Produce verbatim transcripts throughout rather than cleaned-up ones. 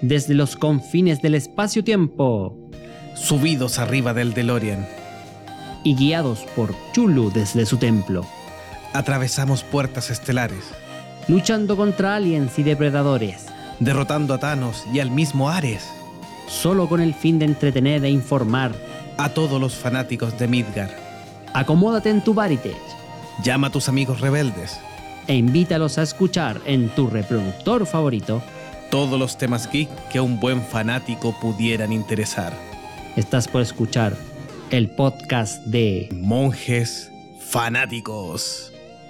desde los confines del espacio-tiempo, subidos arriba del DeLorean y guiados por Chulu desde su templo, atravesamos puertas estelares, luchando contra aliens y depredadores, derrotando a Thanos y al mismo Ares, solo con el fin de entretener e informar a todos los fanáticos de Midgar. Acomódate en tu Varitech, llama a tus amigos rebeldes e invítalos a escuchar en tu reproductor favorito todos los temas geek que a un buen fanático pudieran interesar. Estás por escuchar el podcast de Monjes Fanáticos.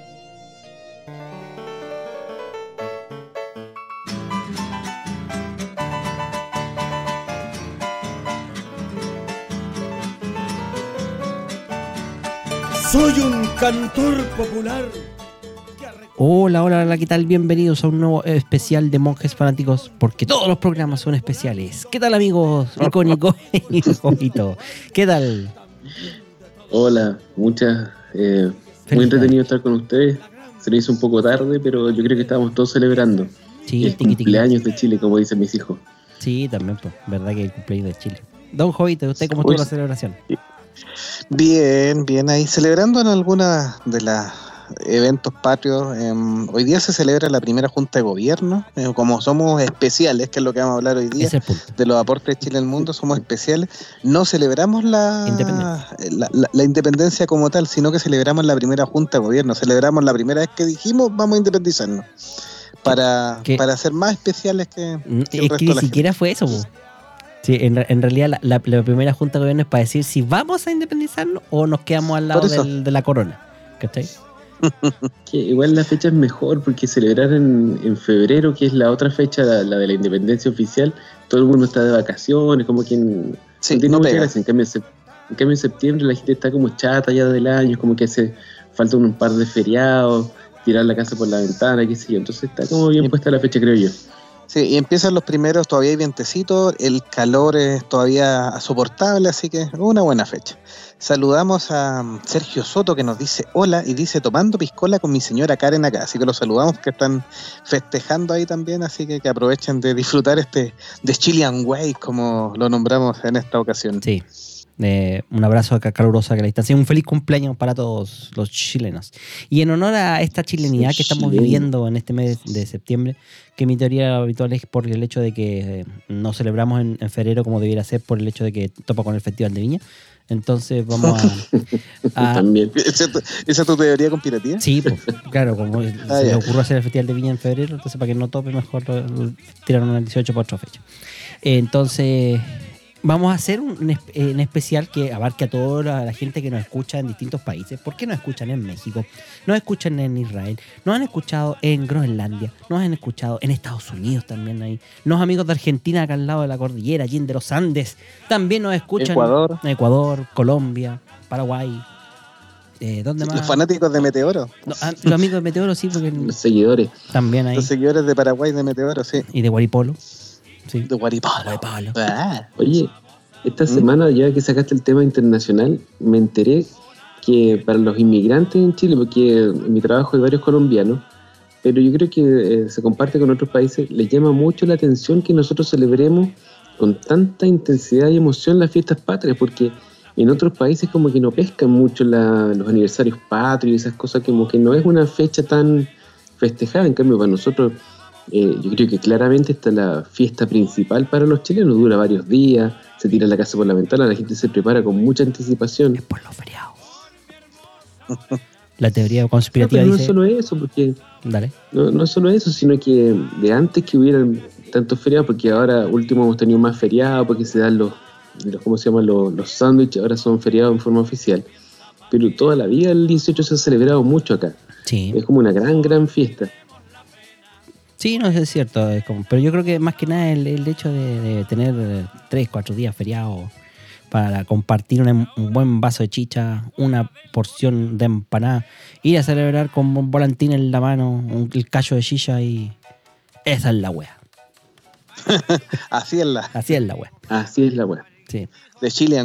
Soy un cantor popular. Hola, hola, hola, ¿qué tal? Bienvenidos a un nuevo especial de Monjes Fanáticos, porque todos los programas son especiales. ¿Qué tal, amigos? Nico, Nico y Jovito. ¿Qué tal? Hola, muchas. Eh, muy entretenido estar con ustedes. Se me hizo un poco tarde, pero yo creo que estábamos todos celebrando sí, el tiqui, cumpleaños tiqui. de Chile, como dicen mis hijos. Sí, también, pues, verdad que el cumpleaños de Chile. Don Jovito, ¿usted cómo estuvo la celebración? Bien, bien, ahí celebrando en alguna de las eventos patrios. Eh, hoy día se celebra la primera Junta de Gobierno. Eh, como somos especiales, que es lo que vamos a hablar hoy día, de los aportes de Chile al mundo, somos especiales. No celebramos la independencia. La, la, la independencia como tal, sino que celebramos la primera Junta de Gobierno. Celebramos la primera vez que dijimos vamos a independizarnos. Para, para ser más especiales que, que el resto de la gente. Es que ni siquiera fue eso, po. Sí, en, en realidad la, la, la primera Junta de Gobierno es para decir si vamos a independizarnos o nos quedamos al lado del, de la corona. ¿Cachai? Que igual la fecha es mejor porque celebrar en, en febrero, que es la otra fecha, la, la de la independencia oficial, todo el mundo está de vacaciones, como quien sí, no tiene no mucha pega. gracia. En cambio, en cambio en septiembre la gente está como chata ya del año, como que hace falta un par de feriados, tirar la casa por la ventana, qué sé yo. Entonces está como bien puesta la fecha, creo yo. Sí, y empiezan los primeros, todavía hay vientecito, el calor es todavía soportable, así que una buena fecha. Saludamos a Sergio Soto, que nos dice hola, y dice tomando piscola con mi señora Karen acá, así que los saludamos, que están festejando ahí también, así que que aprovechen de disfrutar este de Chilean Way, como lo nombramos en esta ocasión. Sí. Eh, un abrazo acá caluroso a la distancia, un feliz cumpleaños para todos los chilenos. Y en honor a esta chilenidad que estamos viviendo en este mes de septiembre, que mi teoría habitual es por el hecho de que eh, no celebramos en, en febrero como debiera ser, por el hecho de que topa con el Festival de Viña. Entonces vamos a... a También. ¿Esa, ¿Esa es tu teoría conspirativa? Sí, pues, claro, como ah, se le ocurrió hacer el Festival de Viña en febrero, entonces para que no tope mejor tiraron el dieciocho para otra fecha. Entonces... Vamos a hacer un, un especial que abarque a toda la, la gente que nos escucha en distintos países. ¿Por qué nos escuchan en México? Nos escuchan en Israel. Nos han escuchado en Groenlandia. Nos han escuchado en Estados Unidos también ahí. Los amigos de Argentina acá al lado de la cordillera, allí de los Andes. También nos escuchan Ecuador, en Ecuador, Colombia, Paraguay. Eh, ¿Dónde más? Los fanáticos de Meteoro. No, ah, los amigos de Meteoro, sí, porque... Los seguidores. También ahí. Los seguidores de Paraguay de Meteoro, sí. Y de Guaripolo. Sí. De Guaripolo. Guaripolo. Ah. Oye, esta ¿Mm? semana, ya que sacaste el tema internacional, me enteré que para los inmigrantes en Chile, porque en mi trabajo hay varios colombianos, pero yo creo que eh, se comparte con otros países, les llama mucho la atención que nosotros celebremos con tanta intensidad y emoción las fiestas patrias, porque en otros países como que no pescan mucho la, los aniversarios patrios y esas cosas, como que no es una fecha tan festejada. En cambio, para nosotros... Eh, yo creo que claramente esta es la fiesta principal para los chilenos, dura varios días, se tira la casa por la ventana, la gente se prepara con mucha anticipación. Es por los feriados. La teoría conspirativa no, pero dice... no es solo eso, porque Dale. No, no es solo eso, sino que de antes que hubieran tantos feriados, porque ahora último hemos tenido más feriados, porque se dan los, los ¿cómo se llaman? Los, los sándwiches, ahora son feriados en forma oficial. Pero toda la vida el dieciocho se ha celebrado mucho acá. Sí. Es como una gran, gran fiesta. Sí, no, es cierto, es como, pero yo creo que más que nada el, el hecho de, de tener tres, cuatro días feriados para compartir un, un buen vaso de chicha, una porción de empanada, ir a celebrar con un volantín en la mano, un, el callo de chicha y esa es la wea. Así es la. Así es la wea. Así es la wea. Sí. The Chilean Way.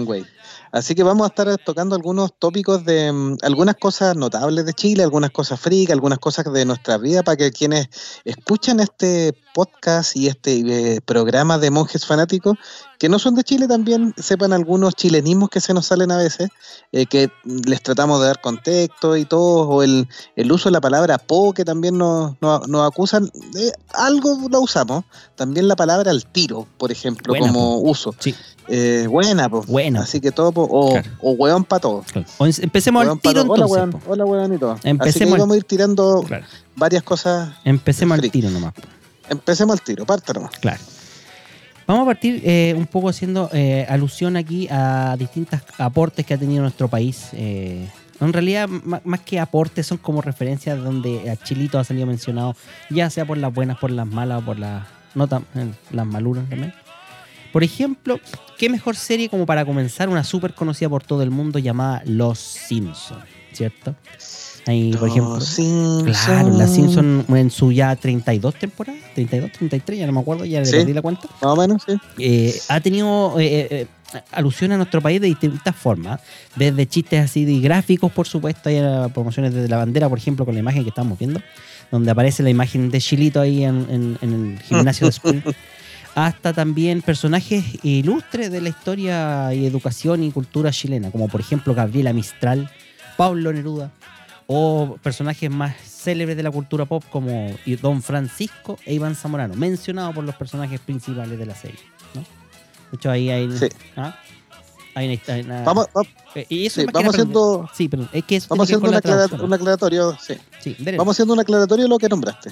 Así que vamos a estar tocando algunos tópicos de um, algunas cosas notables de Chile, algunas cosas fricas, algunas cosas de nuestra vida, para que quienes escuchan este podcast y este eh, programa de monjes fanáticos, que no son de Chile, también sepan algunos chilenismos que se nos salen a veces, eh, que les tratamos de dar contexto y todo, o el, el uso de la palabra po, que también nos, nos, nos acusan, eh, algo lo usamos, también la palabra al tiro, por ejemplo, Buena, como po. uso. Sí. Eh, buena, pues. Buena. Así que todo, po, o, Claro. o hueón para todo. Claro. O en- empecemos Hueón al pa' tiro todo. Hola, entonces. hueón. po. Hola, hueón y todo. Así que Empecemos ahí al- vamos a ir tirando Claro. varias cosas. Empecemos al Freak. tiro nomás. po. Empecemos al tiro, parte nomás. Claro. Vamos a partir eh, un poco haciendo eh, alusión aquí a distintos aportes que ha tenido nuestro país. Eh, en realidad, m- más que aportes, son como referencias donde a Chilito ha salido mencionado, ya sea por las buenas, por las malas o por las no tan, eh, las maluras también. Por ejemplo, qué mejor serie como para comenzar, una súper conocida por todo el mundo llamada Los Simpsons, ¿cierto? Ahí, por ejemplo. Los Simpsons. Claro, Los Simpsons en su ya treinta y dos temporadas, treinta y dos, treinta y tres, ya no me acuerdo, ya le Sí. perdí la cuenta. Más o menos, sí. Eh, ha tenido eh, eh, alusión a nuestro país de distintas formas, desde chistes así de gráficos, por supuesto, hay eh, promociones desde la bandera, por ejemplo, con la imagen que estamos viendo, donde aparece la imagen de Chilito ahí en, en- en el gimnasio de Spring, hasta también personajes ilustres de la historia y educación y cultura chilena, como por ejemplo Gabriela Mistral, Pablo Neruda, o personajes más célebres de la cultura pop como Don Francisco e Iván Zamorano, mencionados por los personajes principales de la serie, ¿no? De hecho, ahí hay, Sí. ¿ah? hay una, hay una- Vamos, va- eh, y eso sí, más que vamos nada, haciendo, sí, pero es que eso vamos tiene haciendo que ver con un, la aclara- traducción. un aclaratorio, sí. Sí, dele. Vamos haciendo un aclaratorio de lo que nombraste.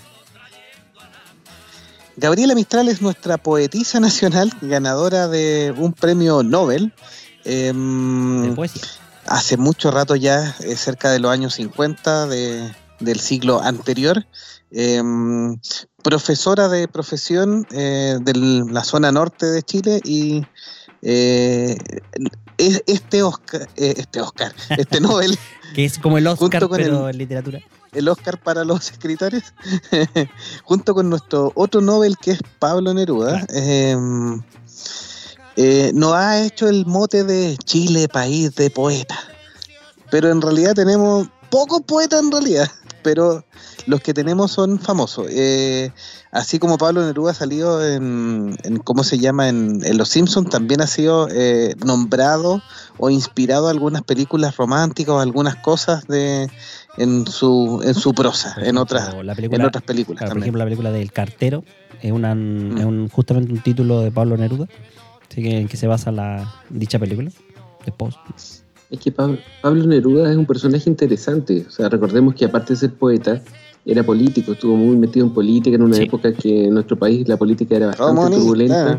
Gabriela Mistral es nuestra poetisa nacional, ganadora de un premio Nobel. em, de poesía. hace mucho rato ya, eh, cerca de los años cincuenta de, del siglo anterior, eh, profesora de profesión eh, de la zona norte de Chile y eh, es- este Oscar, eh, este Oscar, este Nobel, Que es como el Oscar, junto con pero el- en literatura. el Oscar para los escritores, junto con nuestro otro Nobel que es Pablo Neruda, eh, eh, nos ha hecho el mote de Chile, país de poetas. Pero en realidad tenemos pocos poetas en realidad, pero los que tenemos son famosos. Eh, así como Pablo Neruda ha salido en, en ¿cómo se llama? En, en Los Simpsons, también ha sido eh, nombrado o inspirado a algunas películas románticas o algunas cosas de en su en su prosa, Por en ejemplo, otras la en película, otras películas claro, por también. ejemplo, la película del Cartero es, una, Mm. es un, justamente un título de Pablo Neruda, así que en que se basa la dicha película. Después. Es que Pablo, Pablo Neruda es un personaje interesante. O sea, recordemos que aparte de ser poeta, era político, estuvo muy metido en política en una Sí. época que en nuestro país la política era bastante Comunista. turbulenta.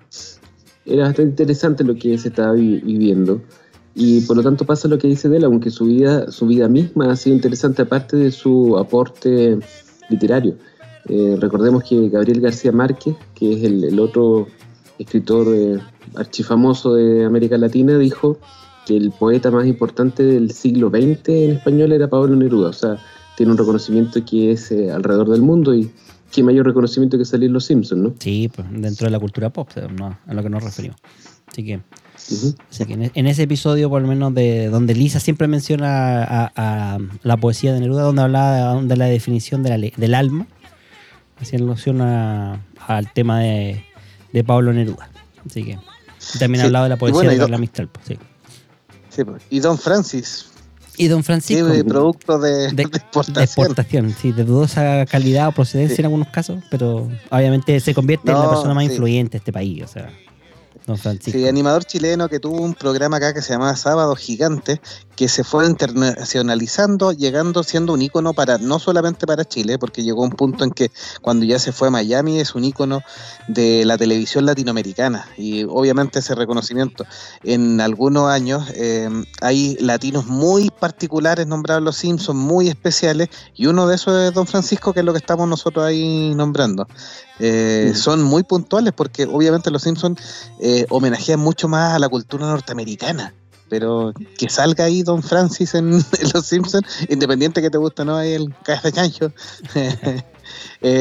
Era bastante interesante lo que se estaba vi- viviendo. Y por lo tanto pasa lo que dice de él, aunque su vida, su vida misma ha sido interesante aparte de su aporte literario. Eh, recordemos que Gabriel García Márquez, que es el, el otro escritor eh, archifamoso de América Latina, dijo que el poeta más importante del siglo veinte en español era Pablo Neruda. O sea, tiene un reconocimiento que es eh, alrededor del mundo, y qué mayor reconocimiento que salir Los Simpsons, ¿no? Sí, pues dentro de la cultura pop, no, a lo que nos referimos. Así que, Ujú. así que en, e- en ese episodio, por lo menos, de donde Lisa siempre menciona a, a la poesía de Neruda, donde hablaba de la definición de la le- del alma, hacía alusión a- al tema de, de Pablo Neruda. Así que y también Sí, hablaba de la y poesía bueno, y de do- Carla Mistral. Pues, sí. Sí, pues. Y Don Francis, Y Don que Francisco, es producto de, de, de de exportación. exportación, sí, de dudosa calidad o procedencia Sí. en algunos casos, pero obviamente se convierte en la No, persona más sí. influyente de este país, o sea, Don Francisco. Sí, animador chileno que tuvo un programa acá que se llamaba Sábado Gigante, que se fue internacionalizando, llegando siendo un ícono para no solamente para Chile, porque llegó un punto en que cuando ya se fue a Miami es un ícono de la televisión latinoamericana, y obviamente ese reconocimiento. En algunos años eh, hay latinos muy particulares nombrados Los Simpsons, muy especiales, y uno de esos es Don Francisco, que es lo que estamos nosotros ahí nombrando. Eh, Mm. Son muy puntuales porque obviamente Los Simpsons eh, homenajean mucho más a la cultura norteamericana, pero que salga ahí Don Francis en, en Los Simpsons, independiente que te guste o no, ahí el cabeza de chancho, eh,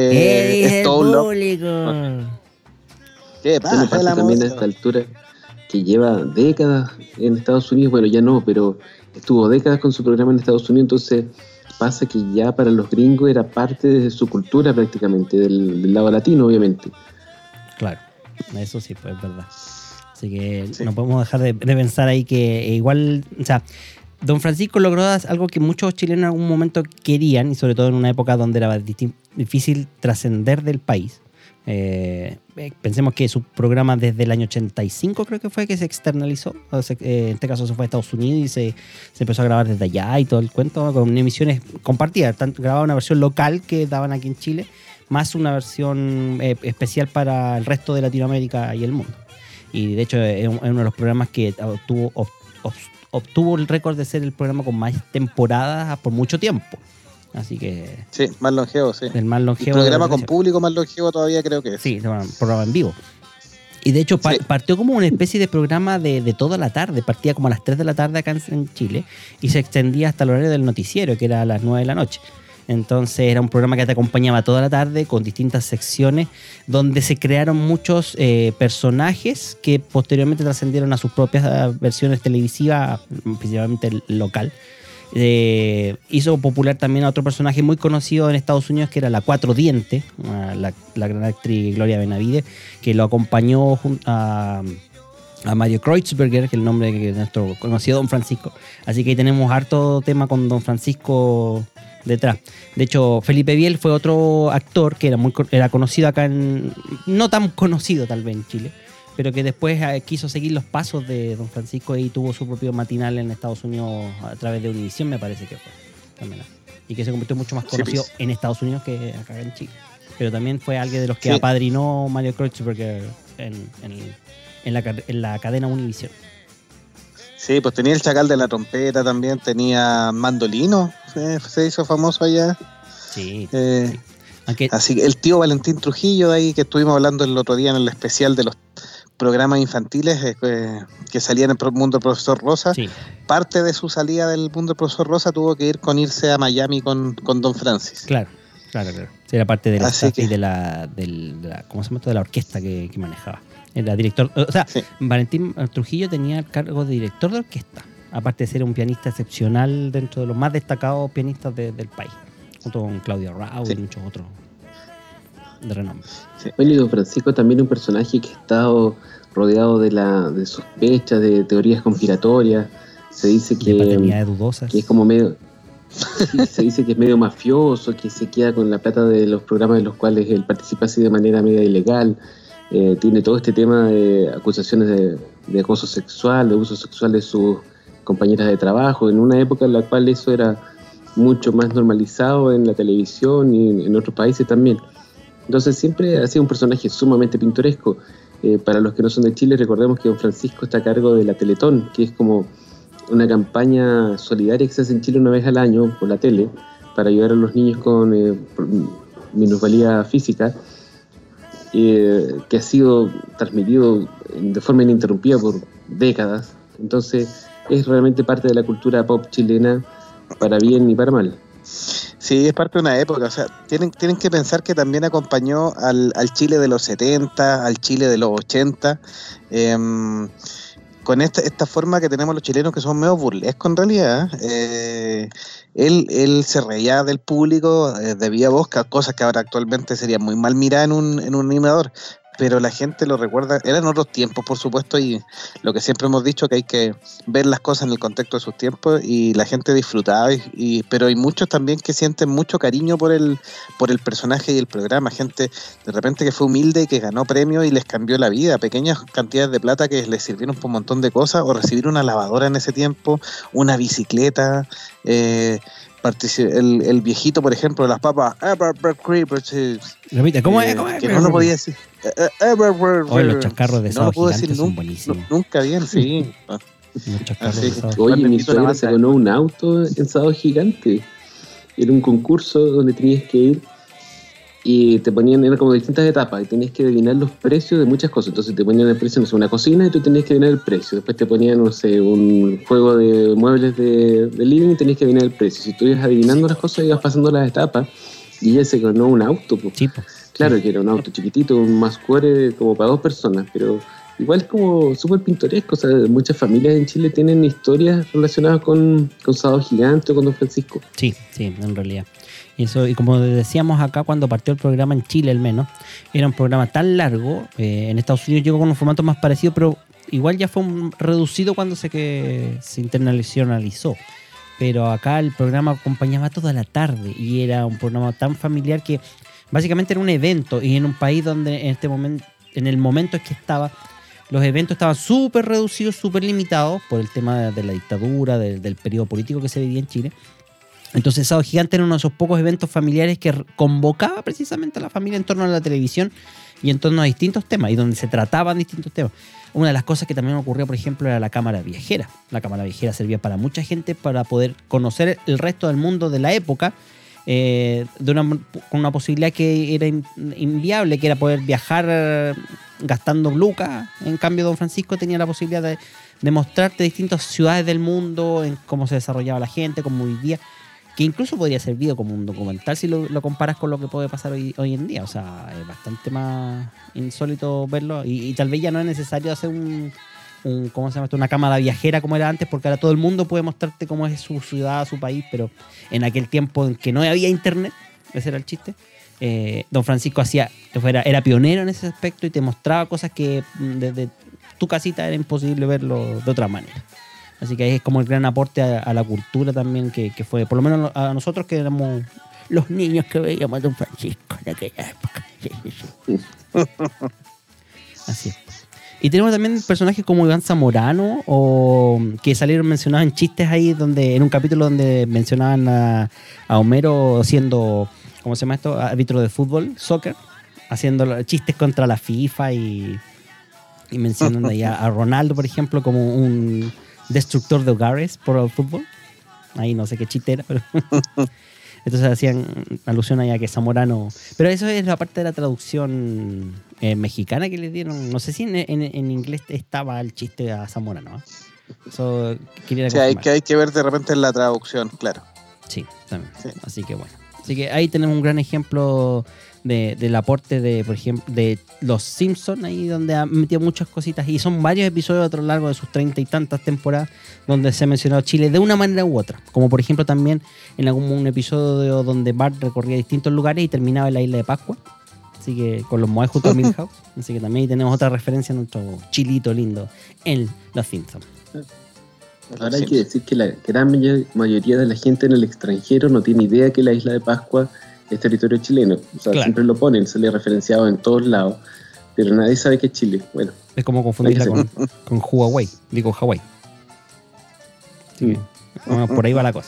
¡Eh, es el todo un lo- público! ¿Qué Bueno, pasa? pasa la también a moda? esta altura que lleva décadas en Estados Unidos, bueno, ya no, pero estuvo décadas con su programa en Estados Unidos, entonces pasa que ya para los gringos era parte de su cultura prácticamente, del, del lado latino, obviamente. Claro, eso sí, pues es verdad. Así que sí. No podemos dejar de, de pensar ahí que igual, o sea, Don Francisco logró algo que muchos chilenos en algún momento querían, y sobre todo en una época donde era difícil trascender del país. Eh, pensemos que su programa desde el año ochenta y cinco creo que fue que se externalizó, o sea, eh, en este caso se fue a Estados Unidos y se, se empezó a grabar desde allá y todo el cuento, con emisiones compartidas, tanto, grababa una versión local que daban aquí en Chile, más una versión eh, especial para el resto de Latinoamérica y el mundo. Y de hecho es uno de los programas que obtuvo, ob, ob, obtuvo el récord de ser el programa con más temporadas por mucho tiempo. Así que... Sí, más longevo, sí. El más longevo. El programa con público más longevo todavía creo que es. Sí, programa en vivo. Y de hecho pa- sí. partió como una especie de programa de, de toda la tarde. Partía como a las tres de la tarde acá en, en Chile y se extendía hasta el horario del noticiero, que era a las nueve de la noche. Entonces era un programa que te acompañaba toda la tarde con distintas secciones donde se crearon muchos eh, personajes que posteriormente trascendieron a sus propias versiones televisivas, principalmente el local. Eh, hizo popular también a otro personaje muy conocido en Estados Unidos que era la Cuatro Dientes, la, la gran actriz Gloria Benavides, que lo acompañó a, a Mario Kreutzberger, que es el nombre de nuestro conocido Don Francisco. Así que ahí tenemos harto tema con Don Francisco detrás. De hecho, Felipe Biel fue otro actor que era muy era conocido acá en, no tan conocido tal vez en Chile, pero que después eh, quiso seguir los pasos de Don Francisco y tuvo su propio matinal en Estados Unidos a través de Univisión, me parece que fue. También. Y que se convirtió mucho más conocido sí, pues. en Estados Unidos que acá en Chile. Pero también fue alguien de los que sí. apadrinó Mario Kreutzberger en, en, en, la, en la cadena Univisión. Sí, pues tenía el Chacal de la Trompeta también, tenía Mandolino, eh, se hizo famoso allá. Sí. Eh, sí. Aunque... Así que el tío Valentín Trujillo de ahí, que estuvimos hablando el otro día en el especial de los programas infantiles eh, que salían en el mundo del profesor Rosa, sí. parte de su salida del mundo del profesor Rosa tuvo que ir con irse a Miami con, con Don Francis. Claro, claro, claro. Sí, era parte de la, que... de la, del, de la ¿cómo se llama esto? De la orquesta que, que manejaba. Era director, o sea, sí. Valentín Trujillo tenía el cargo de director de orquesta, aparte de ser un pianista excepcional dentro de los más destacados pianistas de, del país, junto con Claudio Raúl sí. y muchos otros de renombre. Sí. Bueno, y Don Francisco también es un personaje que ha estado rodeado de la de sospechas, de teorías conspiratorias. Se dice que, de dudosas. que es como medio... Sí, se dice que es medio mafioso, que se queda con la plata de los programas en los cuales él participa así de manera media ilegal. Eh, tiene todo este tema de acusaciones de, de acoso sexual, de abuso sexual de sus compañeras de trabajo, en una época en la cual eso era mucho más normalizado en la televisión y en, en otros países también. Entonces siempre ha sido un personaje sumamente pintoresco. Eh, para los que no son de Chile, recordemos que Don Francisco está a cargo de la Teletón, que es como una campaña solidaria que se hace en Chile una vez al año por la tele para ayudar a los niños con eh, minusvalía física, eh, que ha sido transmitido de forma ininterrumpida por décadas. Entonces es realmente parte de la cultura pop chilena, para bien y para mal. Sí, es parte de una época, o sea, tienen, tienen que pensar que también acompañó al, al Chile de los setenta, al Chile de los ochenta, eh, con esta, esta forma que tenemos los chilenos que son medio burlescos en realidad. Eh, él, él se reía del público eh, de viva voz, cosas que ahora actualmente serían muy mal miradas en un, en un animador, pero la gente lo recuerda. Eran otros tiempos, por supuesto, y lo que siempre hemos dicho, que hay que ver las cosas en el contexto de sus tiempos, y la gente disfrutaba, y, y, pero hay muchos también que sienten mucho cariño por el, por el personaje y el programa, gente de repente que fue humilde y que ganó premios y les cambió la vida, pequeñas cantidades de plata que les sirvieron por un montón de cosas, o recibir una lavadora en ese tiempo, una bicicleta, eh, el, el viejito, por ejemplo, de las papas, repite, ¿cómo es? ¿Cómo es? Que no lo podía decir. Hoy los chascarros de no lo puedo decir son nunca, buenísimos. Nunca bien, sí. Los chascarros Así, de Sado. Oye, mi suegra se ganó un auto en Sábado Gigante. Era un concurso donde tenías que ir y te ponían, eran como distintas etapas, y tenías que adivinar los precios de muchas cosas. Entonces te ponían el precio, no sé, una cocina, y tú tenías que adivinar el precio. Después te ponían, no sé, un juego de muebles de, de living, y tenías que adivinar el precio. Si tú ibas adivinando las cosas, ibas pasando las etapas, y ella se ganó un auto. Pues. Sí, pues. Claro, que era un auto chiquitito, un Masquare como para dos personas, pero igual es como súper pintoresco. O sea, muchas familias en Chile tienen historias relacionadas con, con Sábado Gigante o con Don Francisco. Sí, sí, en realidad. Y, eso, y como decíamos acá cuando partió el programa en Chile al menos, era un programa tan largo, eh, en Estados Unidos llegó con un formato más parecido, pero igual ya fue un reducido cuando se, que se internacionalizó. Pero acá el programa acompañaba toda la tarde y era un programa tan familiar que básicamente era un evento, y en un país donde en este momento, en el momento en que estaba, los eventos estaban súper reducidos, súper limitados por el tema de, de la dictadura, de, del periodo político que se vivía en Chile. Entonces Sábado Gigante era uno de esos pocos eventos familiares que convocaba precisamente a la familia en torno a la televisión y en torno a distintos temas, y donde se trataban distintos temas. Una de las cosas que también ocurrió, por ejemplo, era la cámara viajera. La cámara viajera servía para mucha gente para poder conocer el resto del mundo de la época, eh, de una, con una posibilidad que era in, inviable, que era poder viajar eh, gastando lucas. En cambio, Don Francisco tenía la posibilidad de, de mostrarte distintas ciudades del mundo, en cómo se desarrollaba la gente, cómo vivía, que incluso podría ser servido como un documental si lo, lo comparas con lo que puede pasar hoy, hoy en día. O sea, es bastante más insólito verlo, y, y tal vez ya no es necesario hacer un, un ¿cómo se llama esto? Una cámara viajera como era antes, porque ahora todo el mundo puede mostrarte cómo es su ciudad, su país, pero en aquel tiempo en que no había internet, ese era el chiste, eh, Don Francisco hacía, era, era pionero en ese aspecto y te mostraba cosas que desde tu casita era imposible verlo de otra manera. Así que ahí es como el gran aporte a, a la cultura también que, que fue, por lo menos a nosotros que éramos los niños que veíamos a Don Francisco en aquella época. Sí, sí, sí. Así es. Y tenemos también personajes como Iván Zamorano, o que salieron mencionados en chistes ahí, donde en un capítulo donde mencionaban a, a Homero siendo, ¿cómo se llama esto? Árbitro de fútbol, soccer, haciendo chistes contra la FIFA, y, y mencionan ahí a, a Ronaldo, por ejemplo, como un destructor de hogares por el fútbol. Ahí no sé qué chiste era, pero entonces hacían alusión ahí a que Zamorano, pero eso es la parte de la traducción eh, mexicana que le dieron. No sé si en, en, en inglés estaba el chiste a Zamorano, ¿eh? Eso quería sí, hay que, hay que ver de repente en la traducción, claro. Sí, también. Sí. Así que bueno. Así que ahí tenemos un gran ejemplo de, del aporte de, por ejemplo, de los Simpsons, ahí donde ha metido muchas cositas, y son varios episodios a lo largo de sus treinta y tantas temporadas donde se ha mencionado Chile de una manera u otra, como por ejemplo también en algún un episodio donde Bart recorría distintos lugares y terminaba en la isla de Pascua, así que con los Moai junto a Milhouse, así que también ahí tenemos otra referencia a nuestro chilito lindo en los Simpsons. Ahora hay que decir que la gran mayoría de la gente en el extranjero no tiene idea que la isla de Pascua es territorio chileno. O sea, claro, siempre lo ponen, sale referenciado en todos lados, pero nadie sabe que es Chile. Bueno, es como confundirla con, con Huawei, digo Hawái. Sí, bueno, por ahí va la cosa.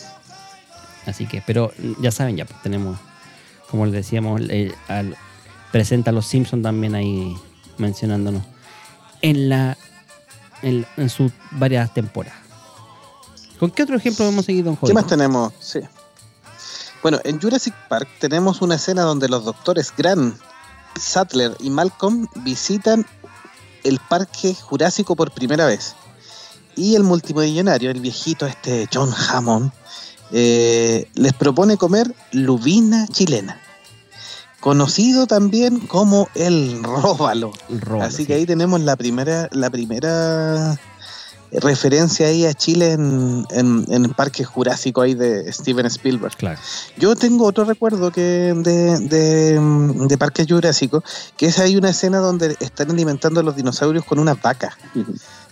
Así que, pero ya saben, ya pues, tenemos, como les decíamos, eh, al, presenta a los Simpsons también ahí mencionándonos en la En, en sus varias temporadas. ¿Con qué otro ejemplo hemos seguido, don Jorge? ¿Qué más tenemos? Sí. Bueno, en Jurassic Park tenemos una escena donde los doctores Grant, Sattler y Malcolm visitan el parque jurásico por primera vez. Y el multimillonario, el viejito este John Hammond, eh, les propone comer lubina chilena, conocido también como el róbalo. El róbalo, así sí, que ahí tenemos la primera, la primera referencia ahí a Chile en, en, en el Parque Jurásico ahí de Steven Spielberg. Claro. Yo tengo otro recuerdo que de, de, de Parque Jurásico, que es ahí una escena donde están alimentando a los dinosaurios con unas vacas. Uh-huh.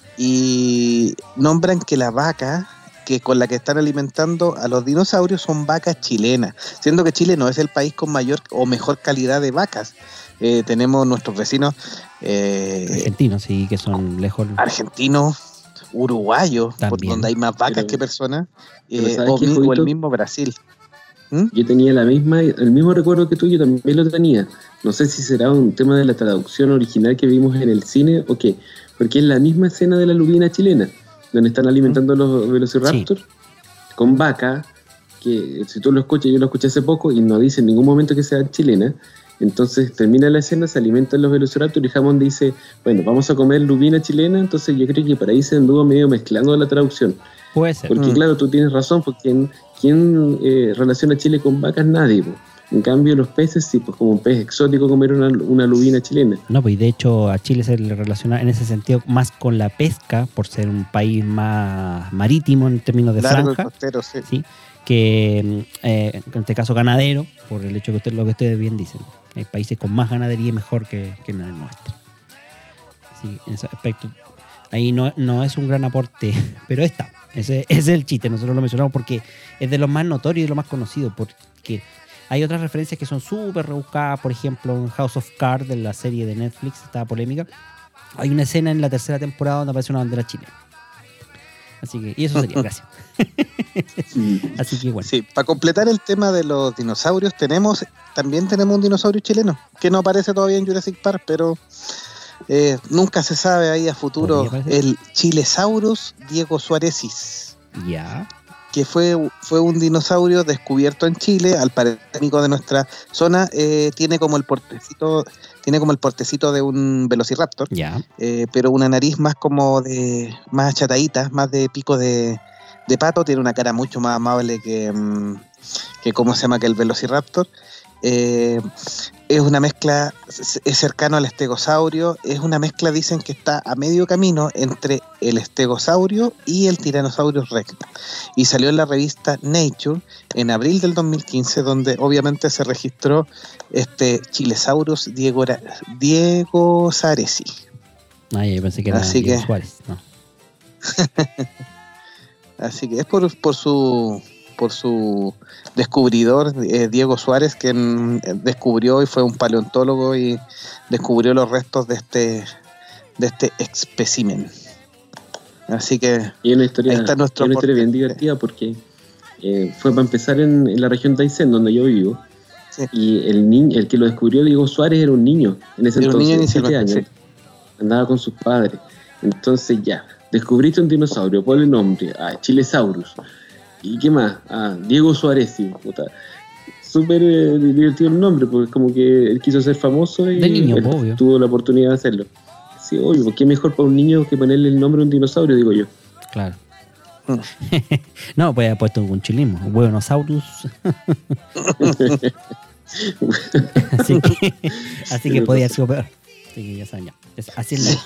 Y nombran que la vaca que con la que están alimentando a los dinosaurios son vacas chilenas, siendo que Chile no es el país con mayor o mejor calidad de vacas. Eh, tenemos nuestros vecinos eh, argentinos, sí, que son lejos. Argentinos, uruguayos, por donde hay más vacas pero, que personas, eh, o, qué, o el mismo Brasil. ¿Mm? Yo tenía la misma, el mismo recuerdo que tú, yo también lo tenía. No sé si será un tema de la traducción original que vimos en el cine o qué, porque es la misma escena de la lubina chilena, donde están alimentando a los velociraptors, sí, con vaca, que si tú lo escuchas, yo lo escuché hace poco y no dice en ningún momento que sea chilena. Entonces termina la escena, se alimentan los velociraptors y Hammond dice, bueno, vamos a comer lubina chilena. Entonces yo creo que por ahí se anduvo medio mezclando la traducción. Puede ser. Porque mm. claro, tú tienes razón, porque ¿quién, quién eh, relaciona Chile con vacas? Nadie. Po. En cambio, los peces, sí, pues como un pez exótico comer una, una lubina chilena. No, pues de hecho a Chile se le relaciona en ese sentido más con la pesca, por ser un país más marítimo en términos de Largo y franja, costero, sí. ¿sí? Que eh, en este caso ganadero, por el hecho que usted, lo que ustedes bien dicen. Hay países con más ganadería mejor que, que en el nuestro. Sí, en ese aspecto, ahí no, no es un gran aporte, pero está. Ese, ese es el chiste, nosotros lo mencionamos porque es de los más notorios y de los más conocidos, porque hay otras referencias que son súper rebuscadas, por ejemplo, en House of Cards, de la serie de Netflix, esta polémica, hay una escena en la tercera temporada donde aparece una bandera chilena. Así que, y eso sería, gracias. Así que bueno. Sí, para completar el tema de los dinosaurios, tenemos también tenemos un dinosaurio chileno, que no aparece todavía en Jurassic Park, pero eh, nunca se sabe ahí a futuro, el Chilesaurus diegosuarensis. Ya. Que fue, fue un dinosaurio descubierto en Chile, al parecer único de nuestra zona, eh, tiene como el portecito, tiene como el portecito de un velociraptor, Ya. eh, pero una nariz más como de, más achatadita, más de pico de, de pato, tiene una cara mucho más amable que, que ¿cómo se llama? Que el velociraptor. Eh, es una mezcla, es cercano al estegosaurio, es una mezcla, dicen que está a medio camino entre el estegosaurio y el Tyrannosaurus rex, y salió en la revista Nature en abril del dos mil quince, donde obviamente se registró este Chilesaurus diegosuarensis. Ah, yo pensé que era Así Diego que, Suárez, no. Así que es por, por su por su descubridor, eh, Diego Suárez, quien descubrió y fue un paleontólogo y descubrió los restos de este de este espécimen. Así que y una historia, ahí está nuestro una historia bien divertida porque eh, fue para empezar en, en la región de Aysén, donde yo vivo. Sí. Y el niño, el que lo descubrió, Diego Suárez, era un niño en ese era entonces, de siete años. Sí. Andaba con sus padres. Entonces ya, descubriste un dinosaurio, ponle nombre, ah, Chilesaurus. ¿Y qué más? Ah, Diego Suárez, sí, puta. Súper eh, divertido el nombre, porque como que él quiso ser famoso y de niño, él obvio. tuvo la oportunidad de hacerlo. Sí, obvio, porque qué mejor para un niño que ponerle el nombre a un dinosaurio, digo yo. Claro. Mm. No, pues haber puesto un chilismo, un Buenosaurus. así que, así que podía haber sido peor. Así que ya saben, ya. Así es la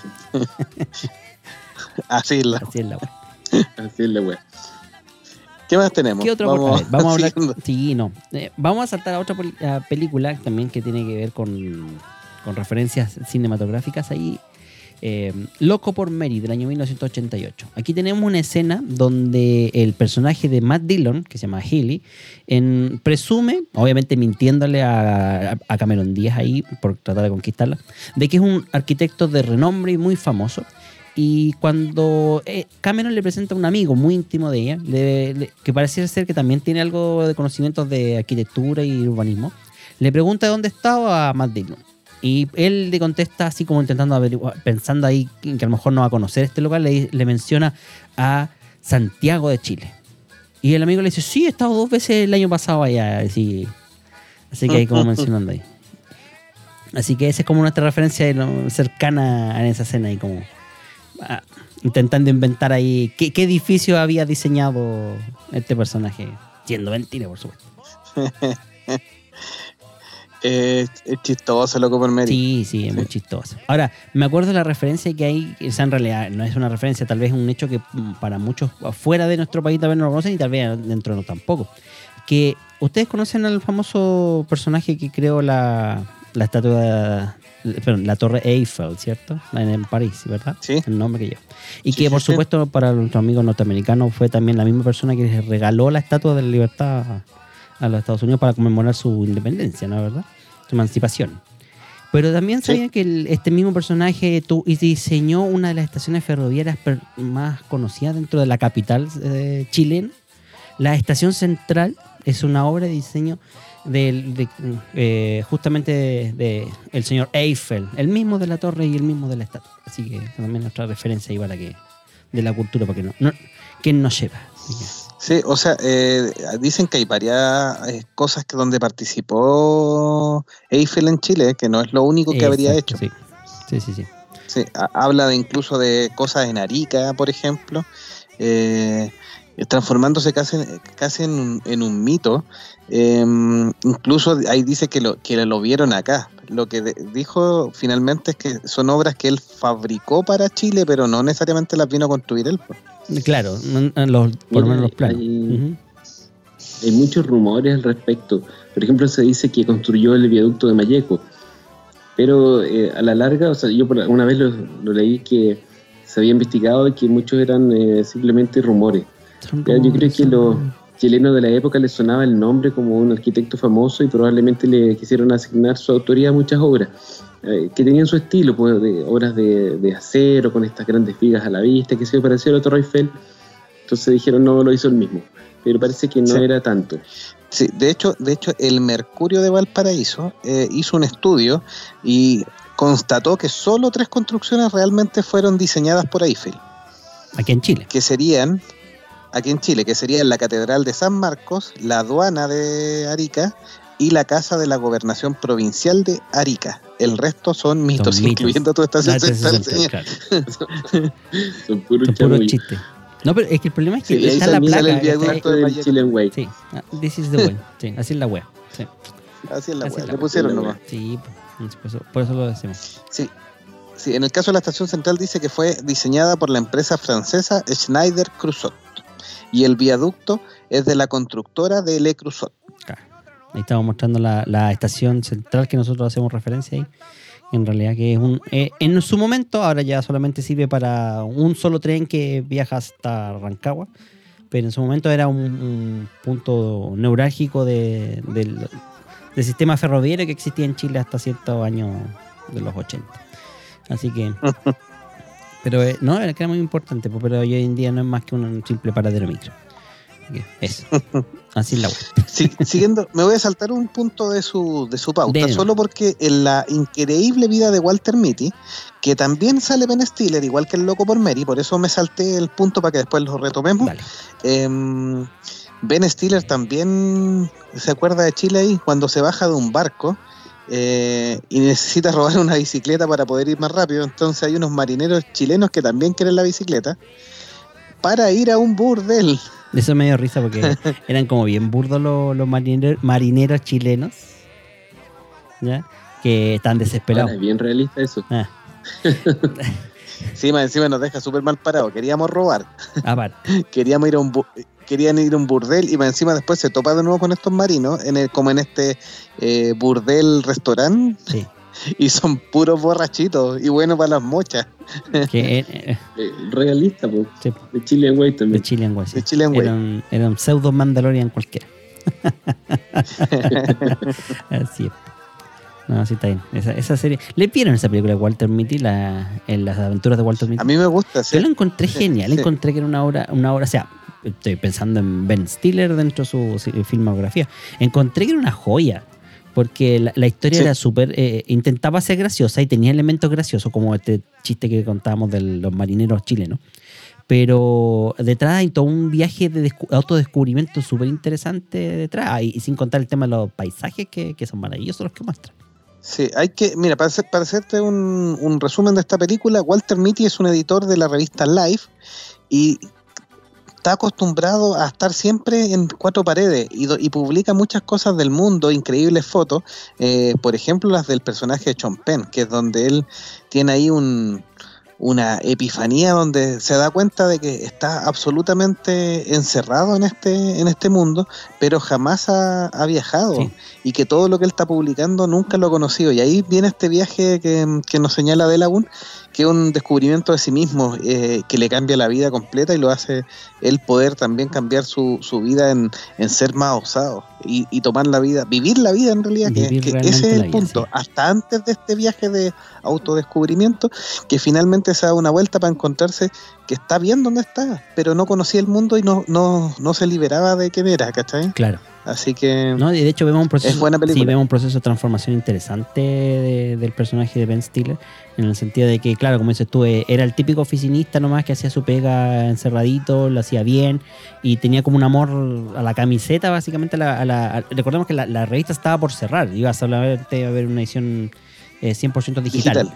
Así es la Así es la wea. Así es la wea. ¿Qué más tenemos? ¿Qué otro vamos, a ver, vamos a hablar. Sí, no. Eh, vamos a saltar a otra poli- a película también que tiene que ver con, con referencias cinematográficas ahí. Eh, Loco por Mary, del año mil novecientos ochenta y ocho. Aquí tenemos una escena donde el personaje de Matt Dillon, que se llama Healy, en, presume, obviamente mintiéndole a, a Cameron Díaz ahí por tratar de conquistarla, de que es un arquitecto de renombre y muy famoso. Y cuando eh, Cameron le presenta a un amigo muy íntimo de ella, le, le, que pareciera ser que también tiene algo de conocimientos de arquitectura y urbanismo, le pregunta dónde estaba Matt Dillon. Y él le contesta así como intentando averiguar, pensando ahí que a lo mejor no va a conocer este lugar, le, le menciona a Santiago de Chile. Y el amigo le dice, sí, he estado dos veces el año pasado allá. Así, así que ahí como mencionando ahí. Así que esa es como nuestra referencia cercana a esa escena ahí como... Ah, intentando inventar ahí qué, qué edificio había diseñado este personaje, siendo mentira, por supuesto. eh, es chistoso, Loco por Mary. Sí, sí, es sí. muy chistoso. Ahora, me acuerdo de la referencia que hay, o sea, en realidad no es una referencia, tal vez es un hecho que para muchos fuera de nuestro país tal vez no lo conocen y tal vez dentro no tampoco. Que ustedes conocen al famoso personaje que creó la, la estatua... Perdón, la Torre Eiffel, ¿cierto? En, en París, ¿verdad? Sí. El nombre que lleva. Y sí, que, por sí, supuesto, sí. para nuestros amigos norteamericanos fue también la misma persona que les regaló la Estatua de la Libertad a, a los Estados Unidos para conmemorar su independencia, ¿no? ¿Verdad? Su emancipación. Pero también sabían sí. que el, este mismo personaje tu, diseñó una de las estaciones ferroviarias per, más conocidas dentro de la capital eh, chilena. La Estación Central es una obra de diseño de, de, eh, justamente de, de el señor Eiffel, el mismo de la torre y el mismo de la estatua. Así que también nuestra referencia ahí para que de la cultura, para que no, no ¿quién nos lleva? Sí, o sea, eh, dicen que hay varias eh, cosas que donde participó Eiffel en Chile, que no es lo único que Exacto, habría hecho. Sí, sí, sí. sí. sí ha, habla de incluso de cosas en Arica, por ejemplo. Eh, transformándose casi, casi en, un, en un mito. Eh, incluso ahí dice que lo, que lo vieron acá. Lo que de, dijo finalmente es que son obras que él fabricó para Chile, pero no necesariamente las vino a construir él. Pues. Claro, los, por lo menos los planos. Hay, uh-huh. hay muchos rumores al respecto. Por ejemplo, se dice que construyó el viaducto de Mayeco, pero eh, a la larga, o sea, yo por, una vez lo, lo leí que se había investigado y que muchos eran eh, simplemente rumores. rumores. Yo creo que los chilenos de la época les sonaba el nombre como un arquitecto famoso y probablemente le quisieron asignar su autoría a muchas obras eh, que tenían su estilo, pues, de obras de, de acero con estas grandes vigas a la vista, que se parecía a la Torre Eiffel. Entonces dijeron, no, lo hizo el mismo, pero parece que no sí. era tanto. Sí, de hecho, de hecho el Mercurio de Valparaíso eh, hizo un estudio y constató que solo tres construcciones realmente fueron diseñadas por Eiffel. Aquí en Chile. Que serían, aquí en Chile, que serían la Catedral de San Marcos, la Aduana de Arica y la Casa de la Gobernación Provincial de Arica. El resto son mitos, son mitos. Incluyendo tu estación central. Claro. Son puros puro chistes. No, pero es que el problema es que sí, está la placa. El viaducto del Chilean Way. Sí, this is the way. Sí, así es la wea. Sí. Así es la wea. Le pusieron nomás. Sí, por eso, por eso lo decimos. Sí. Sí, en el caso de la estación central dice que fue diseñada por la empresa francesa Schneider Cruzot y el viaducto es de la constructora de Le Cruzot. Claro. Ahí estamos mostrando la, la estación central que nosotros hacemos referencia ahí. En realidad que es un... Eh, en su momento, ahora ya solamente sirve para un solo tren que viaja hasta Rancagua, pero en su momento era un, un punto neurálgico de, del, del sistema ferroviario que existía en Chile hasta ciertos años de los ochenta. Así que... pero eh, no, era que era muy importante, pero hoy en día no es más que un simple paradero micro. Eso. Así es la web. Sí, siguiendo, me voy a saltar un punto de su, de su pauta, de solo porque en la increíble vida de Walter Mitty, que también sale Ben Stiller, igual que el Loco por Mary, por eso me salté el punto para que después lo retomemos. Eh, Ben Stiller también se acuerda de Chile ahí, cuando se baja de un barco eh, y necesita robar una bicicleta para poder ir más rápido. Entonces hay unos marineros chilenos que también quieren la bicicleta para ir a un burdel. Eso me dio risa porque eran como bien burdos los, los marineros, marineros chilenos, ¿ya? Que están desesperados. Ahora, es bien realista eso. Ah. Sí, más encima nos deja súper mal parado. Queríamos robar. Aparte. Queríamos ir a un bu- querían ir a un burdel y más encima después se topa de nuevo con estos marinos, en el, como en este eh, burdel restaurante. Sí. Y son puros borrachitos y bueno para las mochas. Que, eh, eh, realista, pues. Sí. De Chilean Way también. De Chilean Way. Sí. De Chilean Way. Eran, eran pseudo Mandalorian cualquiera. Así es. No, sí está bien. Esa, esa serie. ¿Le vieron esa película de Walter Mitty? La, en las aventuras de Walter Mitty. A mí me gusta, sí. Yo la encontré sí, genial. Sí. Encontré que era una obra, una obra, o sea, estoy pensando en Ben Stiller dentro de su, su filmografía. Encontré que era una joya. Porque la, la historia sí. era súper... Eh, intentaba ser graciosa y tenía elementos graciosos, como este chiste que contábamos de los marineros chilenos. Pero detrás hay todo un viaje de descu- autodescubrimiento súper interesante detrás. Y, y sin contar el tema de los paisajes que, que son maravillosos los que muestran. Sí, hay que... Mira, para, hacer, para hacerte un, un resumen de esta película, Walter Mitty es un editor de la revista Life y... está acostumbrado a estar siempre en cuatro paredes y, do, y publica muchas cosas del mundo, increíbles fotos, eh, por ejemplo las del personaje de Sean Penn, que es donde él tiene ahí un, una epifanía donde se da cuenta de que está absolutamente encerrado en este, en este mundo, pero jamás ha, ha viajado sí. y que todo lo que él está publicando nunca lo ha conocido. Y ahí viene este viaje que, que nos señala Delagun, que es un descubrimiento de sí mismo, eh, que le cambia la vida completa y lo hace él poder también cambiar su, su vida en, en ser más osado y, y tomar la vida, vivir la vida en realidad, que, que ese es el punto, vida, sí. hasta antes de este viaje de autodescubrimiento, que finalmente se da una vuelta para encontrarse que está bien donde está, pero no conocía el mundo y no, no, no se liberaba de quién era, ¿cachai? Claro. Así que no, y de hecho vemos un proceso, es buena película. Sí, vemos un proceso de transformación interesante de, del personaje de Ben Stiller, en el sentido de que, claro, como dices tú, era el típico oficinista nomás que hacía su pega encerradito, lo hacía bien y tenía como un amor a la camiseta, básicamente. A la, a la, a, recordemos que la, la revista estaba por cerrar, iba solamente a haber una edición eh, cien por ciento digital. digital.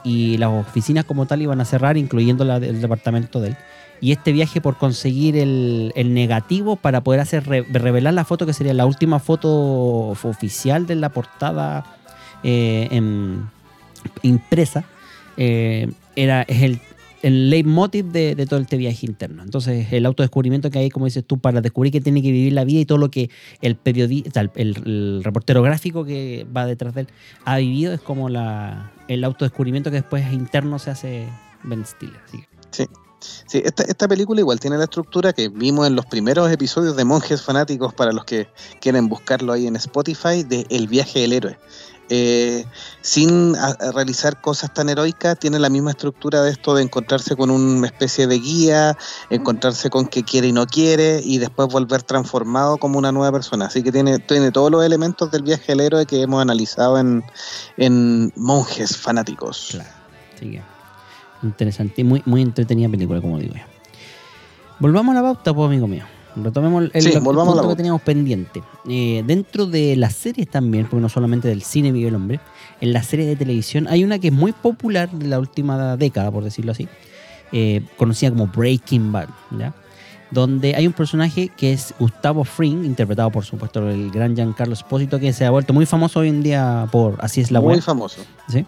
y las oficinas como tal iban a cerrar, incluyendo la del departamento de él. Y este viaje por conseguir el, el negativo para poder hacer re, revelar la foto, que sería la última foto oficial de la portada eh, en, impresa, eh, era, es el, el leitmotiv de, de todo este viaje interno. Entonces el autodescubrimiento que hay, como dices tú, para descubrir que tiene que vivir la vida y todo lo que el periodista, el, el, el reportero gráfico que va detrás de él ha vivido, es como la, el autodescubrimiento que después interno se hace Ben Stiller. Así que. Sí. Sí, esta, esta película igual tiene la estructura que vimos en los primeros episodios de Monjes Fanáticos, para los que quieren buscarlo ahí en Spotify, de El viaje del héroe. Eh, sin a, a realizar cosas tan heroicas, tiene la misma estructura de esto de encontrarse con una especie de guía, encontrarse con qué quiere y no quiere, y después volver transformado como una nueva persona. Así que tiene, tiene todos los elementos del viaje del héroe que hemos analizado en, en Monjes Fanáticos. Claro, así que interesante y muy, muy entretenida película, como digo yo. Volvamos a la pauta, pues, amigo mío. Retomemos el, sí, el volvamos punto a la que teníamos pendiente. Eh, dentro de las series también, porque no solamente del cine vive el hombre, en las series de televisión hay una que es muy popular de la última década, por decirlo así, eh, conocida como Breaking Bad, ¿ya? Donde hay un personaje que es Gustavo Fring, interpretado por supuesto por el gran Giancarlo Esposito, que se ha vuelto muy famoso hoy en día por Así es la web. Muy famoso. ¿Sí?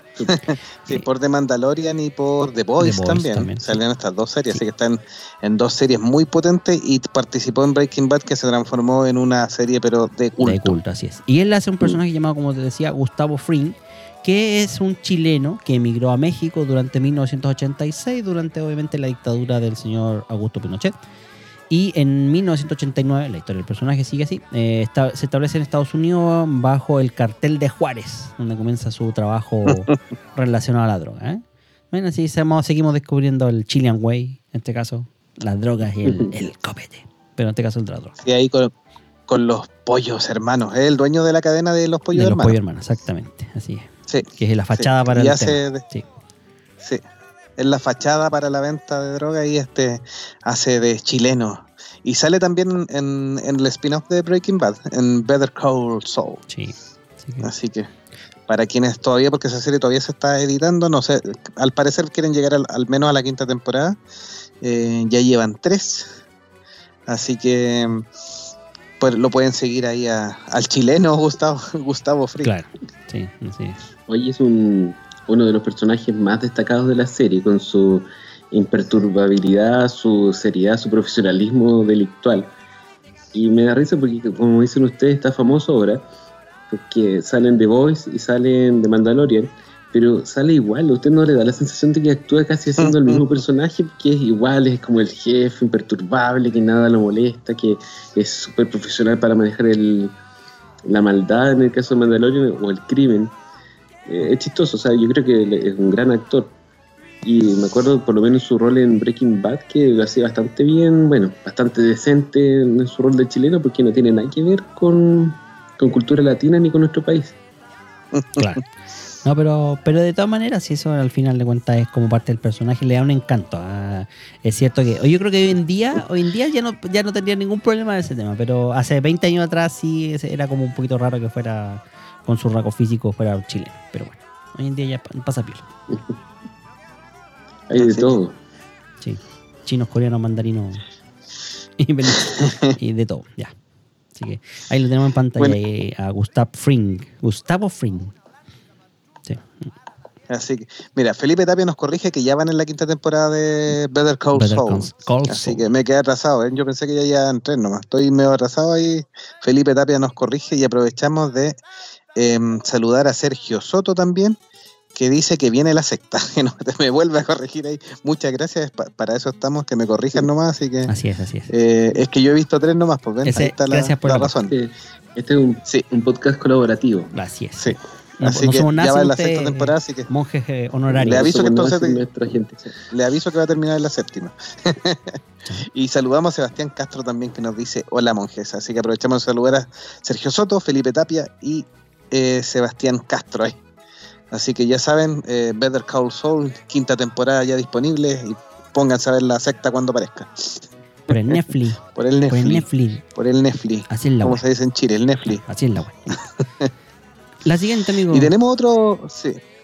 Sí, por The Mandalorian y por The Boys, The Boys también. también, Salieron sí. estas dos series, Sí. así que están en dos series muy potentes, y participó en Breaking Bad, que se transformó en una serie pero de culto. De culto, así es. Y él hace un personaje llamado, como te decía, Gustavo Fring, que es un chileno que emigró a México durante mil novecientos ochenta y seis, durante obviamente la dictadura del señor Augusto Pinochet. Y en mil novecientos ochenta y nueve, la historia del personaje sigue así, eh, está, se establece en Estados Unidos bajo el cartel de Juárez, donde comienza su trabajo relacionado a la droga. ¿eh? Bueno, así seguimos, seguimos descubriendo el Chilean Way, en este caso, las drogas y el, el copete. Pero en este caso el de la droga. Y ahí con, con los pollos hermanos. Es el dueño de la cadena de los pollos de los hermanos. pollos hermanos, exactamente. Así es. Sí. Que es la fachada Sí. para y el hace tema. de- Sí. Sí. Es la fachada para la venta de droga, y este hace de chileno. Y sale también en, en el spin-off de Breaking Bad, en Better Call Saul. Sí. Así que- Así que para quienes todavía, porque esa serie todavía se está editando, no sé, al parecer quieren llegar al, al menos a la quinta temporada. Eh, ya llevan tres. Así que pues lo pueden seguir ahí a, al chileno Gustavo, Gustavo Fring. Claro. Sí, así es. Oye, es un, uno de los personajes más destacados de la serie, con su imperturbabilidad, su seriedad, su profesionalismo delictual. Y me da risa porque, como dicen ustedes, está famoso ahora, porque salen The Boys y salen de Mandalorian, pero sale igual. ¿A usted no le da la sensación de que actúa casi haciendo el mismo personaje? Que es igual, es como el jefe imperturbable, que nada lo molesta, que es súper profesional para manejar el, la maldad en el caso de Mandalorian, o el crimen. Eh, es chistoso, o sea, yo creo que es un gran actor. Y me acuerdo por lo menos su rol en Breaking Bad, que lo hacía bastante bien, bueno, bastante decente en su rol de chileno, porque no tiene nada que ver con, con cultura latina ni con nuestro país. Claro. No, pero, pero de todas maneras, si eso al final de cuentas es como parte del personaje, le da un encanto. Ah, es cierto que yo creo que hoy en día, hoy en día ya no, ya no tendría ningún problema de ese tema, pero hace veinte años atrás sí era como un poquito raro que fuera con su rasgo físico fuera chileno. Pero bueno, hoy en día ya pasa piola. Hay de Sí. todo. Sí, chinos, coreanos, mandarinos y, y de todo, ya. Así que ahí lo tenemos en pantalla, Bueno. eh, a Gustavo Fring. Gustavo Fring. Sí. Así que, mira, Felipe Tapia nos corrige que ya van en la quinta temporada de Better Call Better Saul. Call- Call Así Saul. que me quedé atrasado, ¿eh? Yo pensé que ya llevan tres nomás. Estoy medio atrasado ahí. Felipe Tapia nos corrige, y aprovechamos de eh, saludar a Sergio Soto también, que dice que viene la secta. Que no, me vuelve a corregir ahí. Muchas gracias, pa- para eso estamos, que me corrijan nomás. Así que Así es, así es. eh, es que yo he visto tres nomás, pues ven, Ese- ahí está la, gracias por la la- razón. Este, este es un, Sí. un podcast colaborativo. Así es. Sí. No, Así no que somos ya nazis, va en la ustedes, sexta temporada, así que monjes eh, honorarios. Le aviso que Somos entonces nazis, te- nuestra gente. Sí. le aviso que va a terminar en la séptima. Y saludamos a Sebastián Castro también, que nos dice hola monjes. Así que aprovechamos de saludar a Sergio Soto, Felipe Tapia y eh, Sebastián Castro ahí. Así que ya saben, eh, Better Call Saul, quinta temporada ya disponible, y pónganse a ver la secta cuando aparezca. Por el Netflix. Por el Por el Netflix. Netflix. Por el Netflix. Así es la Como web. se dice en Chile, el Netflix. Así es la web. La siguiente, amigo. Y tenemos otro, sí,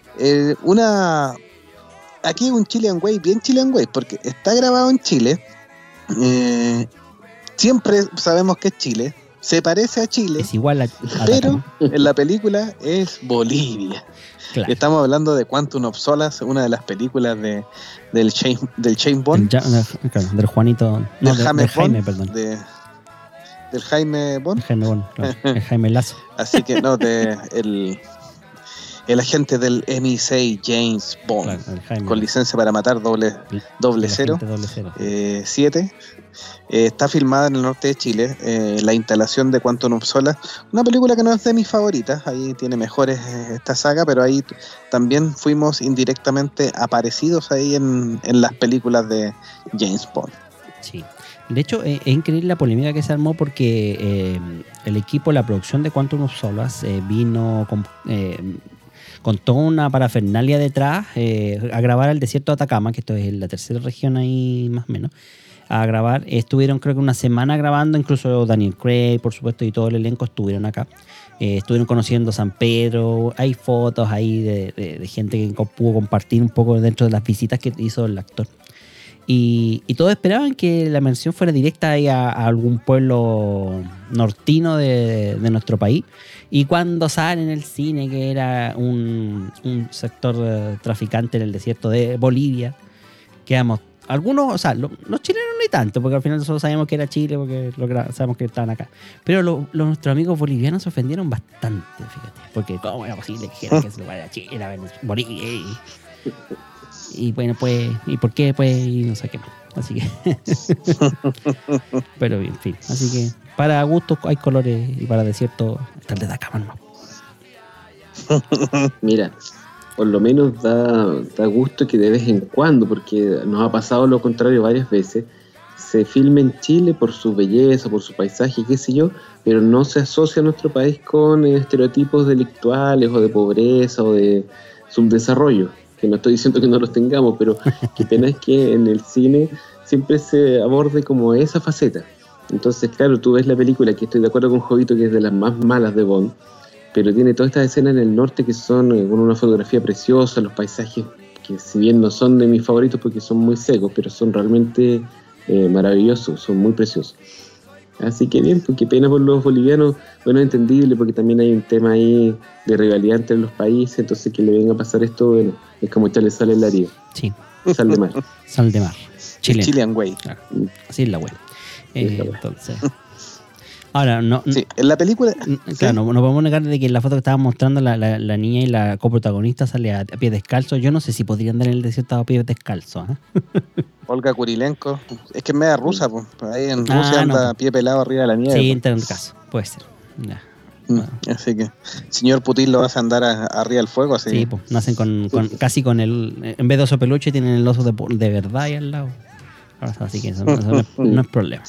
Eh, una... Aquí un Chilean Way, bien Chilean Way, porque está grabado en Chile. Eh, siempre sabemos que es Chile. Se parece a Chile. Es igual a, a pero en la película es Bolivia. Claro. Estamos hablando de Quantum of Solace, una de las películas de, del Shane, del Shane Bond. Del, claro, del Juanito. No, del, de, Jaime del Jaime, Bond, perdón. De, del Jaime Bond. El Jaime Bond, claro. El Jaime Lazo. Así que no, de el, el agente del M I seis James Bond. Claro, con licencia para matar doble, doble cero. Doble cero. Eh, siete. Eh, está filmada en el norte de Chile, eh, la instalación de Quantum of Solace, una película que no es de mis favoritas, ahí tiene mejores eh, esta saga, pero ahí t- también fuimos indirectamente aparecidos ahí en, en las películas de James Bond. Sí, de hecho eh, es increíble la polémica que se armó porque eh, el equipo, la producción de Quantum of Solace eh, vino con, eh, con toda una parafernalia detrás eh, a grabar el desierto de Atacama, que esto es la tercera región ahí más o menos, a grabar. Estuvieron creo que una semana grabando, incluso Daniel Craig, por supuesto, y todo el elenco estuvieron acá. Eh, estuvieron conociendo San Pedro, hay fotos ahí de, de, de gente que pudo compartir un poco dentro de las visitas que hizo el actor. Y, y todos esperaban que la inmersión fuera directa ahí a, a algún pueblo nortino de, de nuestro país. Y cuando sale en el cine que era un, un sector uh, traficante en el desierto de Bolivia, quedamos algunos, o sea, lo, los chilenos ni tanto, porque al final nosotros sabíamos que era Chile, porque lo, sabemos que estaban acá. Pero lo, lo, nuestros amigos bolivianos se ofendieron bastante, fíjate. Porque cómo era posible que dijera que se lo fuera a Chile, a Bolivia. Y, y bueno, pues, ¿y por qué? Pues, y no sé qué más. Así que. Pero bien, en fin. Así que para gustos hay colores y para desierto está el de Atacama, ¿no? Mira. Por lo menos da, da gusto que de vez en cuando, porque nos ha pasado lo contrario varias veces, se filme en Chile por su belleza, por su paisaje, qué sé yo, pero no se asocia a nuestro país con estereotipos delictuales o de pobreza o de subdesarrollo, que no estoy diciendo que no los tengamos, pero qué pena es que en el cine siempre se aborde como esa faceta. Entonces, claro, tú ves la película, que estoy de acuerdo con Jovito, que es de las más malas de Bond, pero tiene todas estas escenas en el norte que son eh, con una fotografía preciosa, los paisajes que si bien no son de mis favoritos porque son muy secos, pero son realmente eh, maravillosos, son muy preciosos. Así que bien, pues qué pena por los bolivianos, bueno, es entendible porque también hay un tema ahí de rivalidad entre los países, entonces que le venga a pasar esto, bueno, es como echarle sal en la herida. Sí. Sal de mar. Sal de mar. Chileno. Chilean Way. Claro. Así es la web. Eh, entonces... Ahora, no. Sí, en la película. Claro, ¿sí? no, no podemos negar de que en la foto que estábamos mostrando la, la, la niña y la coprotagonista sale a, a pie descalzo. Yo no sé si podrían andar en el desierto a pie descalzo. ¿eh? Olga Kurilenko. Es que es media rusa, pues. Ahí en Rusia ah, anda no. a pie pelado arriba de la nieve. Sí, en tal caso. Puede ser. Ya. Mm, bueno. Así que, señor Putin lo hace andar a, arriba del fuego. Así. Sí, pues. Nacen con, con casi con el. En vez de oso peluche, tienen el oso de, de verdad ahí al lado. Así que eso, eso no, es, no es problema.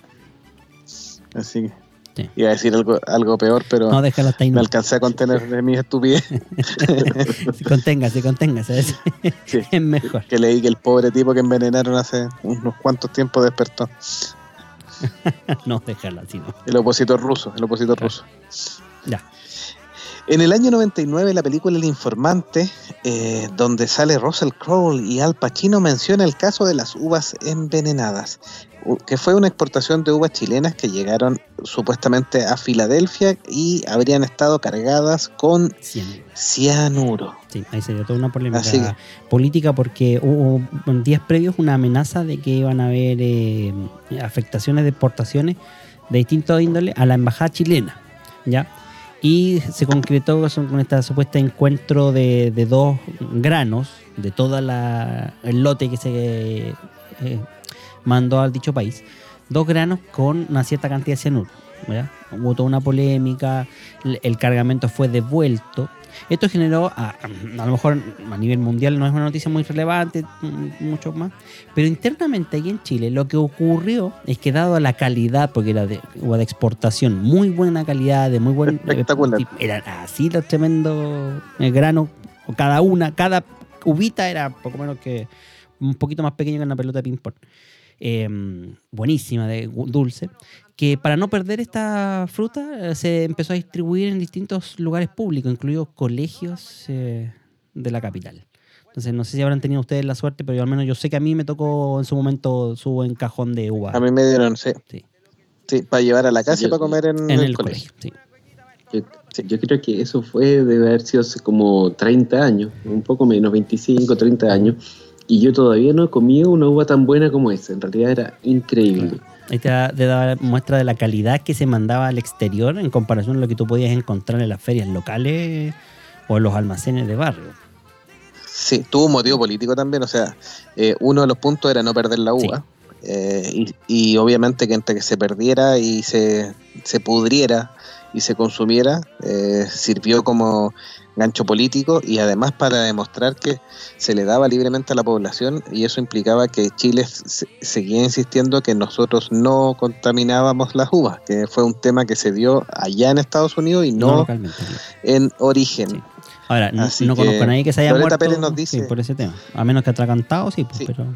Así que. Sí. Iba a decir algo, algo peor, pero no, déjalo hasta ahí, me no. alcancé a contener de mi estupidez. Conténgase, conténgase. Es, sí. Es mejor. Que leí que el pobre tipo que envenenaron hace unos cuantos tiempos despertó. No, déjalo así, no. El opositor ruso, el opositor claro. ruso. Ya. En el año noventa y nueve, la película El Informante, eh, donde sale Russell Crowe y Al Pacino, menciona el caso de las uvas envenenadas, que fue una exportación de uvas chilenas que llegaron supuestamente a Filadelfia y habrían estado cargadas con cianuro. cianuro. Sí, ahí se dio toda una polémica que... política porque hubo días previos una amenaza de que iban a haber eh, afectaciones de exportaciones de distintos índoles a la embajada chilena, ¿ya? Y se concretó con este supuesto encuentro de, de dos granos de todo el lote que se eh, mandó al dicho país, dos granos con una cierta cantidad de cianuro, ¿verdad? Hubo toda una polémica, el cargamento fue devuelto. Esto generó, a, a lo mejor a nivel mundial no es una noticia muy relevante, mucho más, pero internamente aquí en Chile lo que ocurrió es que dado la calidad, porque era de, de exportación, muy buena calidad, de muy buen... Espectacular. Eran así los tremendos granos, cada una, cada uvita era poco menos que un poquito más pequeño que una pelota de ping-pong. Eh, buenísima, de dulce, que para no perder esta fruta eh, se empezó a distribuir en distintos lugares públicos, incluidos colegios, eh, de la capital. Entonces no sé si habrán tenido ustedes la suerte, pero yo, al menos yo sé que a mí me tocó en su momento su buen cajón de uva. A mí me dieron, sí. Sí. Sí, para llevar a la casa Sí, y para comer en, En el, el colegio. colegio, sí. Yo, sí, yo creo que eso fue, debe haber sido hace como treinta años, un poco menos, veinticinco, treinta años, y yo todavía no he comido una uva tan buena como esa. En realidad era increíble. Ahí te da, te da muestra de la calidad que se mandaba al exterior en comparación a lo que tú podías encontrar en las ferias locales o en los almacenes de barrio. Sí, tuvo un motivo político también, o sea, eh, uno de los puntos era no perder la uva. Sí. Eh, y, y obviamente que entre que se perdiera y se, se pudriera y se consumiera, eh, sirvió como gancho político y además para demostrar que se le daba libremente a la población, y eso implicaba que Chile se, seguía insistiendo que nosotros no contaminábamos las uvas, que fue un tema que se dio allá en Estados Unidos y no, No localmente. Claro. en origen. Sí. Ahora, no, Así no que conozco a nadie que se haya Loreta muerto Pérez nos dice- sí, por ese tema. A menos que atracantado, sí, pues, Sí. pero...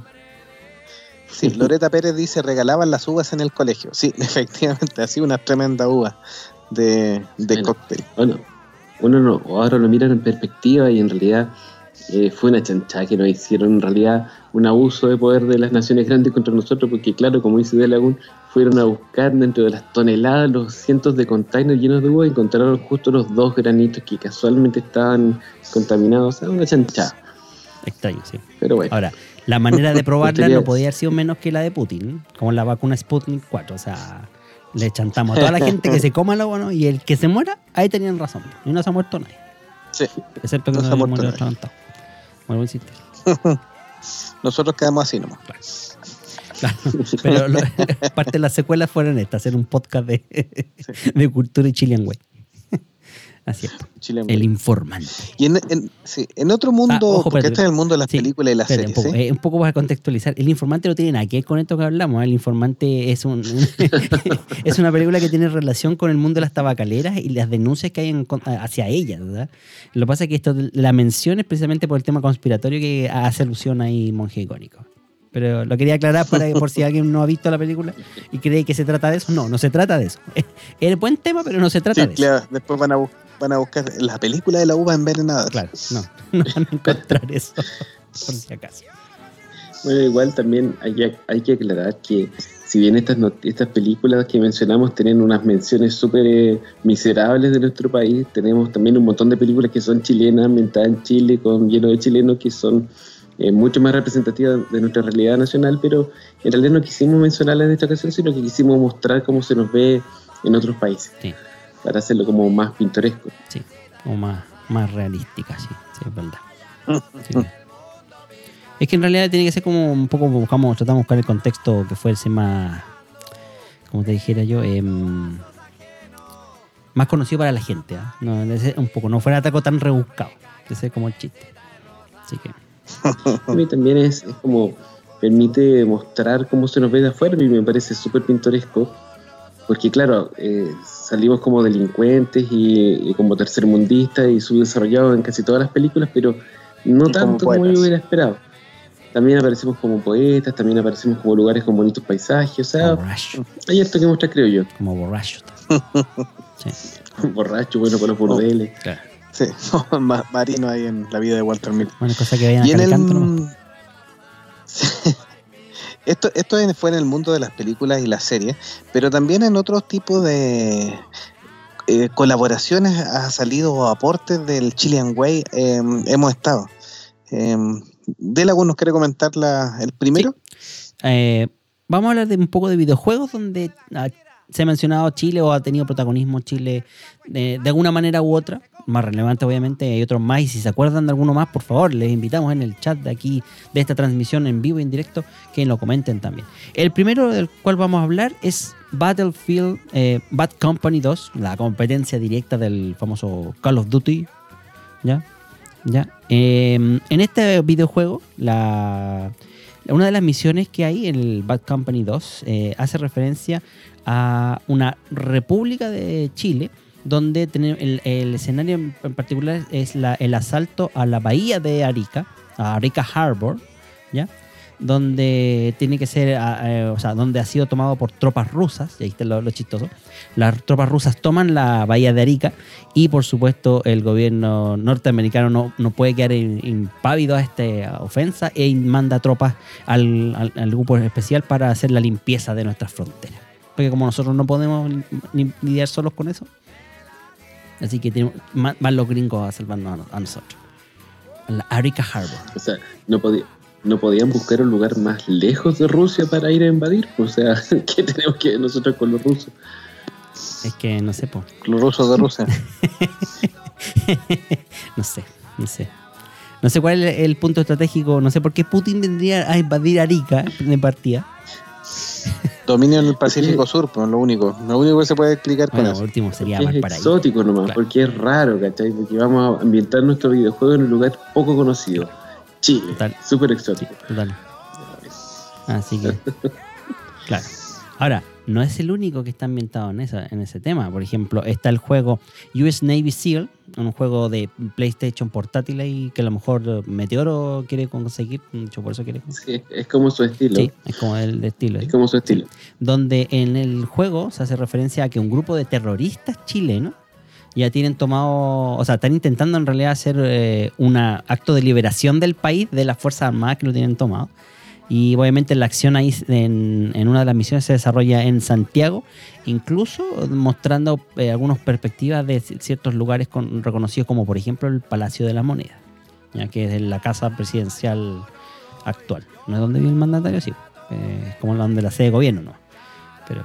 Sí, Loreta Pérez dice, regalaban las uvas en el colegio. Sí, efectivamente, así una tremenda uva de, de Bueno. cóctel. Bueno, uno no, ahora lo mira en perspectiva y en realidad eh, fue una chanchada que nos hicieron, en realidad un abuso de poder de las naciones grandes contra nosotros, porque claro, como dice De Lagún, fueron a buscar dentro de las toneladas, los cientos de containers llenos de uva y encontraron justo los dos granitos que casualmente estaban contaminados. O sea, una chanchada. Extraño, sí. Pero bueno. Ahora, la manera de probarla Ustedes- no podía haber sido menos que la de Putin, como la vacuna Sputnik cuatro. O sea, le chantamos a toda la gente que se coma lo bueno y el que se muera, ahí tenían razón. Y no se ha muerto nadie. Sí, Excepto que No no se ha se muerto murió nadie. atragantado. Vuelvo a insistir. nosotros quedamos así nomás. Claro. Pero lo- parte de las secuelas fueron estas, hacer un podcast de, de cultura y Chilean Way. Así es. Chile, El informante. y en, en, sí, en otro mundo, Ah, ojo, porque espérate. este es el mundo de las Sí, películas y las espérate, series, un poco, ¿sí? eh, un poco para contextualizar. El informante no tiene nada que ver con esto que hablamos. ¿eh? El informante es un es una película que tiene relación con el mundo de las tabacaleras y las denuncias que hay en con- hacia ellas, ¿verdad? Lo que pasa es que esto la mención es precisamente por el tema conspiratorio que hace alusión ahí Monje Icónico. Pero lo quería aclarar para que por si alguien no ha visto la película y cree que se trata de eso. No, no se trata de eso. Es, es buen tema, pero no se trata Sí, de eso. claro, después van a, bu- van a buscar la película de la uva envenenada. Claro, no, no van a encontrar eso, por si acaso. Bueno, igual también hay que, hay que aclarar que si bien estas, not- estas películas que mencionamos tienen unas menciones súper eh, miserables de nuestro país, tenemos también un montón de películas que son chilenas, ambientadas en Chile, con lleno de chilenos que son eh, mucho más representativas de nuestra realidad nacional, pero en realidad no quisimos mencionarlas en esta ocasión, sino que quisimos mostrar cómo se nos ve en otros países, Sí. para hacerlo como más pintoresco. Sí, como más, más realística, sí, sí, es verdad. Sí. Es que en realidad tiene que ser como un poco, buscamos, tratamos de buscar el contexto que fuese más, como te dijera yo, em, más conocido para la gente, ¿ah? No, debe ser un poco, no fuera algo tan rebuscado, que sea como el chiste. Así que, A mí también es, es como permite mostrar cómo se nos ve de afuera y me parece súper pintoresco porque claro, eh, salimos como delincuentes y, y como tercermundistas y subdesarrollados en casi todas las películas, pero no Y como tanto como, poetas. yo hubiera esperado. También aparecemos como poetas, también aparecemos como lugares con bonitos paisajes, o sea, como borracho, hay esto que mostrar, creo yo. como borracho. Sí, Borracho, bueno para los burdeles. claro. Sí, ma- marino ahí en la vida de Walter Mitty. Bueno, cosa que vayan Y a en el... Calicanto nomás. Sí. Esto, esto en- fue en el mundo de las películas y las series, pero también en otros tipos de eh, colaboraciones ha salido aportes del Chilean Way. eh, hemos estado. Eh, ¿De Lagún nos quiere comentar la, el primero? Eh, vamos a hablar de un poco de videojuegos donde ah, se ha mencionado Chile o ha tenido protagonismo Chile de, de alguna manera u otra, más relevante obviamente, hay otros más y si se acuerdan de alguno más, por favor, les invitamos en el chat de aquí, de esta transmisión en vivo y en directo, que lo comenten también. El primero del cual vamos a hablar es Battlefield eh, Bad Company dos, la competencia directa del famoso Call of Duty, ¿ya? ¿Ya? Eh, en este videojuego, la... una de las misiones que hay en el Bad Company dos eh, hace referencia a una república de Chile donde tenemos el, el escenario en en particular es la, el asalto a la bahía de Arica, a Arica Harbor, ¿ya? donde tiene que ser, eh, o sea, donde ha sido tomado por tropas rusas, y ahí está lo, lo chistoso. Las tropas rusas toman la bahía de Arica y, por supuesto, el gobierno norteamericano no, no puede quedar in, impávido a esta ofensa e manda tropas al, al, al grupo especial para hacer la limpieza de nuestras fronteras. Porque como nosotros no podemos ni, ni lidiar solos con eso, así que tenemos, más, más los gringos a salvarnos a, a nosotros. La Arica Harbor. O sea, no podía. ¿No podían buscar un lugar más lejos de Rusia para ir a invadir? O sea, ¿qué tenemos que ver nosotros con los rusos? Es que no sé, po. Los rusos de Rusia. no sé, no sé. No sé cuál es el punto estratégico, no sé por qué Putin vendría a invadir Arica de partida. Dominio en el Pacífico Sur, pues lo único. Lo único que se puede explicar bueno, con eso. Por último sería porque es Valparaíso. exótico nomás, Claro. porque es raro, ¿cachai? Porque vamos a ambientar nuestro videojuego en un lugar poco conocido. Chile, Total. súper exótico. Total. Así que, claro. Ahora, no es el único que está ambientado en, esa, en ese tema. Por ejemplo, está el juego U S Navy SEAL, un juego de PlayStation portátil ahí que a lo mejor Meteoro quiere conseguir, mucho por eso quiere conseguir. Sí, es como su estilo. Sí, es como el de estilo. Es como su estilo. Donde en el juego se hace referencia a que un grupo de terroristas chilenos ya tienen tomado, o sea, están intentando en realidad hacer eh, un acto de liberación del país de las Fuerzas Armadas que lo tienen tomado. Y obviamente la acción ahí en, en una de las misiones se desarrolla en Santiago, incluso mostrando eh, algunas perspectivas de ciertos lugares con, reconocidos como por ejemplo el Palacio de la Moneda, ya que es la casa presidencial actual. No es donde vive el mandatario, sí, eh, es como donde la sede de gobierno, ¿no? Pero,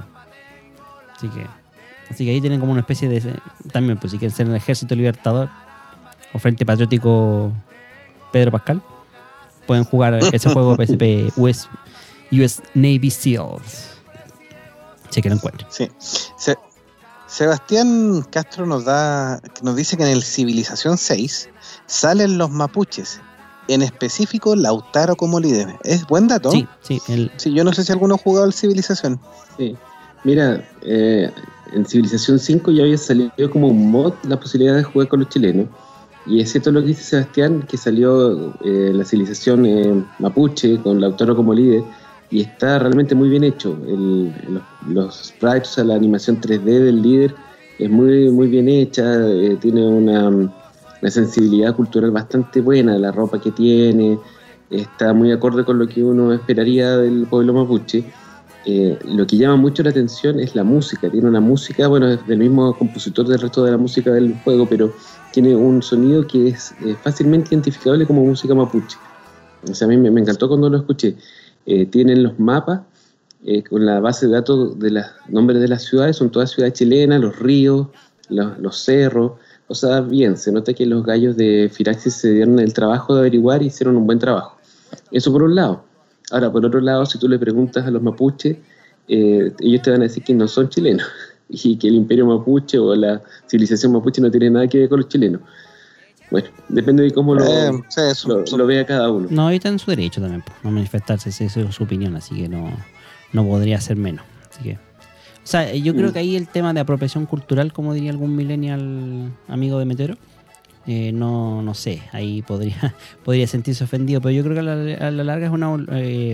así que... Así que ahí tienen como una especie de... También, pues si quieren ser el Ejército Libertador o Frente Patriótico Pedro Pascal, pueden jugar ese juego P S P U S, U S Navy SEALs. Si que lo encuentren. Sí. Se, Sebastián Castro nos da, nos dice que en el Civilización seis salen los mapuches, en específico Lautaro como líder. ¿Es buen dato? Sí, sí. El... Sí, yo no sé si alguno ha jugado al Civilización. Sí. Mira, eh, en Civilización cinco ya había salido como un mod la posibilidad de jugar con los chilenos. Y es cierto lo que dice Sebastián, que salió eh, la civilización eh, mapuche con Lautaro como líder. Y está realmente muy bien hecho. El, los, los sprites, o sea, la animación tres D del líder es muy, muy bien hecha. Eh, tiene una, una sensibilidad cultural bastante buena. La ropa que tiene está muy acorde con lo que uno esperaría del pueblo mapuche. Eh, lo que llama mucho la atención es la música. Tiene una música, bueno, es del mismo compositor del resto de la música del juego, pero tiene un sonido que es eh, fácilmente identificable como música mapuche. O sea, a mí me, me encantó cuando lo escuché. Eh, tienen los mapas eh, con la base de datos de los nombres de las ciudades, son todas ciudades chilenas, los ríos, los, los cerros. O sea, bien, se nota que los gallos de Firaxis se dieron el trabajo de averiguar y hicieron un buen trabajo. Eso por un lado. Ahora, por otro lado, si tú le preguntas a los mapuches, eh, ellos te van a decir que no son chilenos y que el imperio mapuche o la civilización mapuche no tiene nada que ver con los chilenos. Bueno, depende de cómo lo, Eh, sí, eso, lo, eso. lo vea cada uno. No, ahí está en su derecho también, pues, no manifestarse, esa es su opinión, así que no, no podría ser menos. Así que, o sea, yo creo Mm. que ahí el tema de apropiación cultural, como diría algún millennial amigo de Meteoro, eh, no, no sé, ahí podría, podría sentirse ofendido, pero yo creo que a la, a la larga es una, eh,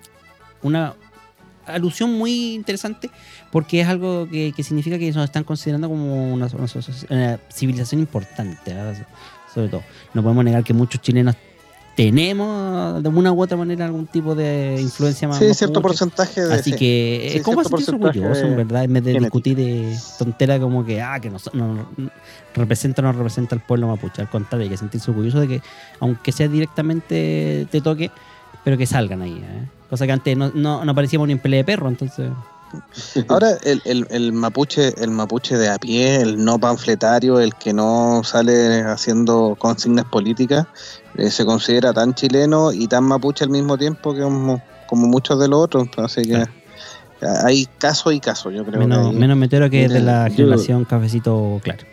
una alusión muy interesante, porque es algo que, que significa que nos están considerando como una, una, una civilización importante, ¿verdad? Sobre todo. No podemos negar que muchos chilenos tenemos de una u otra manera algún tipo de influencia más. Sí, más cierto mapuche. porcentaje de... Así sí. que Sí, es como cierto sentirse porcentaje orgulloso, en verdad, en vez de genético. discutir de tontera como que, ah, que no, no, no representa o no representa al pueblo mapuche. Al contrario, hay que sentirse orgulloso de que, aunque sea directamente te toque, pero que salgan ahí. ¿eh? Cosa que antes no, no, no parecíamos ni en pelea de perro, entonces... Ahora, el, el, el mapuche el mapuche de a pie, el no panfletario, el que no sale haciendo consignas políticas, eh, se considera tan chileno y tan mapuche al mismo tiempo que como, como muchos de los otros. Así que Claro. hay casos y casos, yo creo. Menos, que ahí- menos Meteoro que es de la Yo- generación cafecito claro.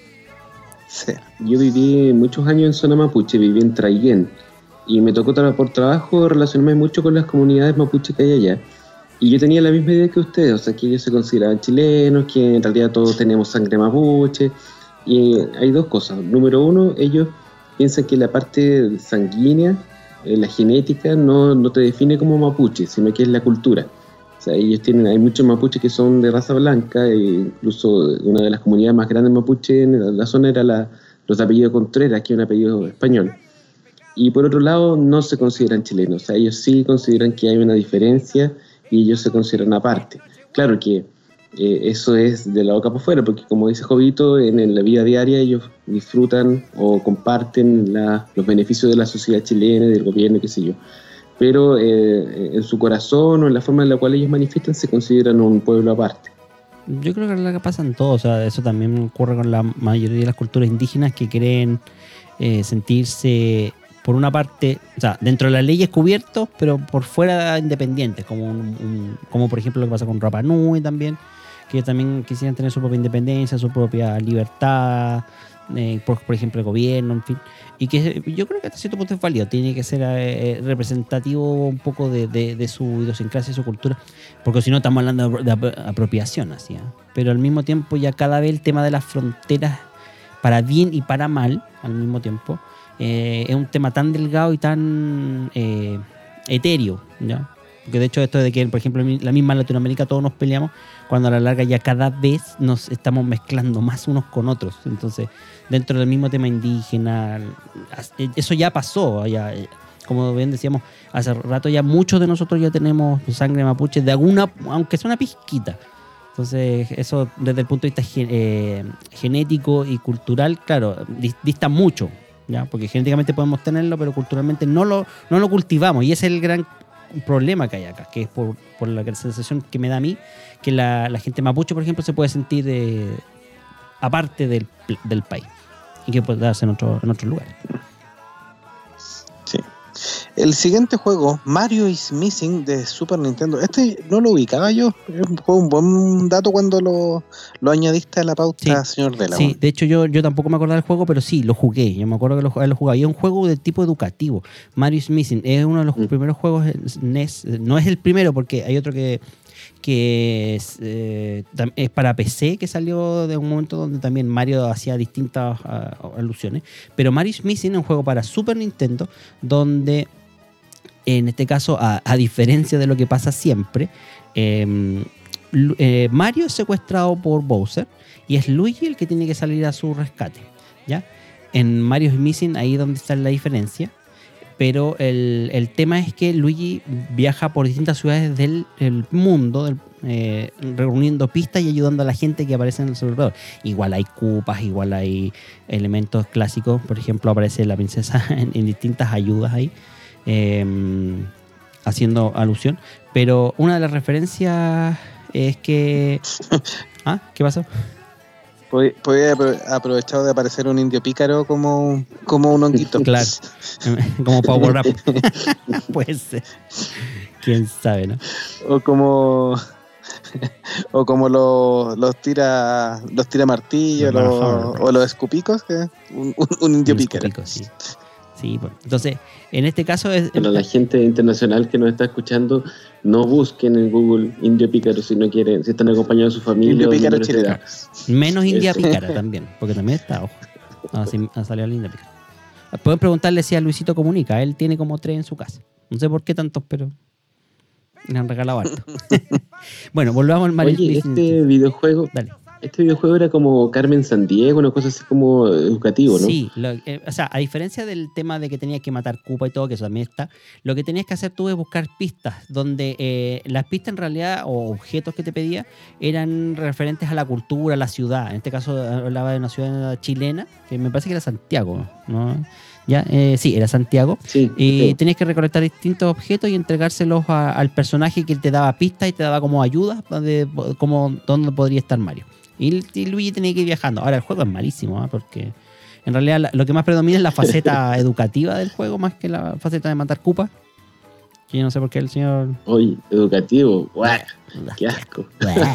sí. Yo viví muchos años en zona mapuche, viví en Traiguén y me tocó tra- por trabajo relacionarme mucho con las comunidades mapuche que hay allá. Y yo tenía la misma idea que ustedes, o sea, que ellos se consideraban chilenos, que en realidad todos tenemos sangre mapuche. Y hay dos cosas. Número uno, ellos piensan que la parte sanguínea eh, la genética no, no te define como mapuche, sino que es la cultura. O sea, ellos tienen, hay muchos mapuches que son de raza blanca, e incluso una de las comunidades más grandes mapuche en la, la zona era la, los de apellido Contreras, que es un apellido español. Y por otro lado, no se consideran chilenos. O sea, ellos sí consideran que hay una diferencia y ellos se consideran aparte. Claro que eh, eso es de la boca para afuera, porque como dice Jovito, en, en la vida diaria ellos disfrutan o comparten la, los beneficios de la sociedad chilena, del gobierno, qué sé yo. Pero eh, en su corazón o en la forma en la cual ellos manifiestan se consideran un pueblo aparte. Yo creo que es lo que pasa en todo, o sea, eso también ocurre con la mayoría de las culturas indígenas que creen eh, sentirse, por una parte, o sea, dentro de las leyes cubiertos, pero por fuera independientes, como, un, un, como por ejemplo lo que pasa con Rapa Nui también, que también quisieran tener su propia independencia, su propia libertad, eh, por, por ejemplo el gobierno, en fin, y que yo creo que hasta cierto punto es válido, tiene que ser eh, representativo un poco de, de, de su idiosincrasia y su cultura, porque si no estamos hablando de, de apropiación, así, ¿eh? Pero al mismo tiempo ya cada vez el tema de las fronteras, para bien y para mal, al mismo tiempo, eh, es un tema tan delgado y tan eh, etéreo, ¿ya? Porque de hecho esto de que, por ejemplo, en la misma Latinoamérica todos nos peleamos, cuando a la larga ya cada vez nos estamos mezclando más unos con otros. Entonces, dentro del mismo tema indígena, eso ya pasó. Ya, como bien decíamos, hace rato ya muchos de nosotros ya tenemos sangre mapuche, de alguna, aunque sea una pizquita. Entonces, eso desde el punto de vista eh, genético y cultural, claro, dista mucho, ¿ya? Porque genéticamente podemos tenerlo, pero culturalmente no lo, no lo cultivamos. Y ese es el gran problema que hay acá, que es por, por la sensación que me da a mí, que la, la gente mapuche, por ejemplo, se puede sentir eh, aparte del, del país y que puede darse en otro, en otro lugar. Sí. El siguiente juego, Mario is Missing, de Super Nintendo. Este no lo ubicaba yo. Fue un buen dato cuando lo, lo añadiste a la pauta, sí, señor Dela. Sí, de hecho yo, yo tampoco me acordaba del juego, pero sí, lo jugué. Yo me acuerdo que lo, lo jugaba. Y es un juego de tipo educativo. Mario is Missing es uno de los mm. primeros juegos N E S. No es el primero, porque hay otro que, que es, eh, es para P C, que salió de un momento donde también Mario hacía distintas uh, alusiones. Pero Mario is Missing es un juego para Super Nintendo, donde en este caso, a, a diferencia de lo que pasa siempre, eh, eh, Mario es secuestrado por Bowser y es Luigi el que tiene que salir a su rescate, ¿ya? En Mario is Missing, ahí es donde está la diferencia, pero el, el tema es que Luigi viaja por distintas ciudades del, del mundo, del, eh, reuniendo pistas y ayudando a la gente que aparece en el servidor. Igual hay cupas, igual hay elementos clásicos, por ejemplo aparece la princesa en, en distintas ayudas ahí, Eh, haciendo alusión, pero una de las referencias es que ¿ah? ¿Qué pasó? Puede haber aprovechado de aparecer un indio pícaro como, como un honguito. Claro, como Power Up. Puede ser, quién sabe, ¿no? O como o como los, los tira los tira martillos los, o los escupicos, que un, un, un indio pícaro. Sí. Sí, bueno. Entonces, en este caso es... Para la gente internacional que nos está escuchando, no busquen en Google indio pícaro si no quieren, si están acompañados de su familia. Indio pícaro chileno. Menos india pícara también, porque también está, ojo. Ah, sí, ha salido el india pícara. Pueden preguntarle si a Luisito Comunica, él tiene como tres en su casa. No sé por qué tantos, pero le han regalado harto. Bueno, volvamos al Mario. Oye, este videojuego... Dale. Este videojuego era como Carmen Sandiego, una cosa así como educativo, ¿no? Sí, lo, eh, o sea, a diferencia del tema de que tenías que matar Koopa y todo, que eso también está, lo que tenías que hacer tú es buscar pistas, donde eh, las pistas en realidad, o objetos que te pedía, eran referentes a la cultura, a la ciudad. En este caso hablaba de una ciudad chilena, que me parece que era Santiago, ¿no? ¿Ya? Eh, sí, era Santiago. Sí, y sí. tenías que recolectar distintos objetos y entregárselos a, al personaje que te daba pistas y te daba como ayuda de como dónde podría estar Mario. Y, y Luigi tenía que ir viajando. Ahora el juego es malísimo, ¿eh? Porque en realidad la, lo que más predomina es la faceta educativa del juego más que la faceta de matar Koopa. Que yo no sé por qué el señor... Oye, educativo. ¡Guau! ¡Qué asco!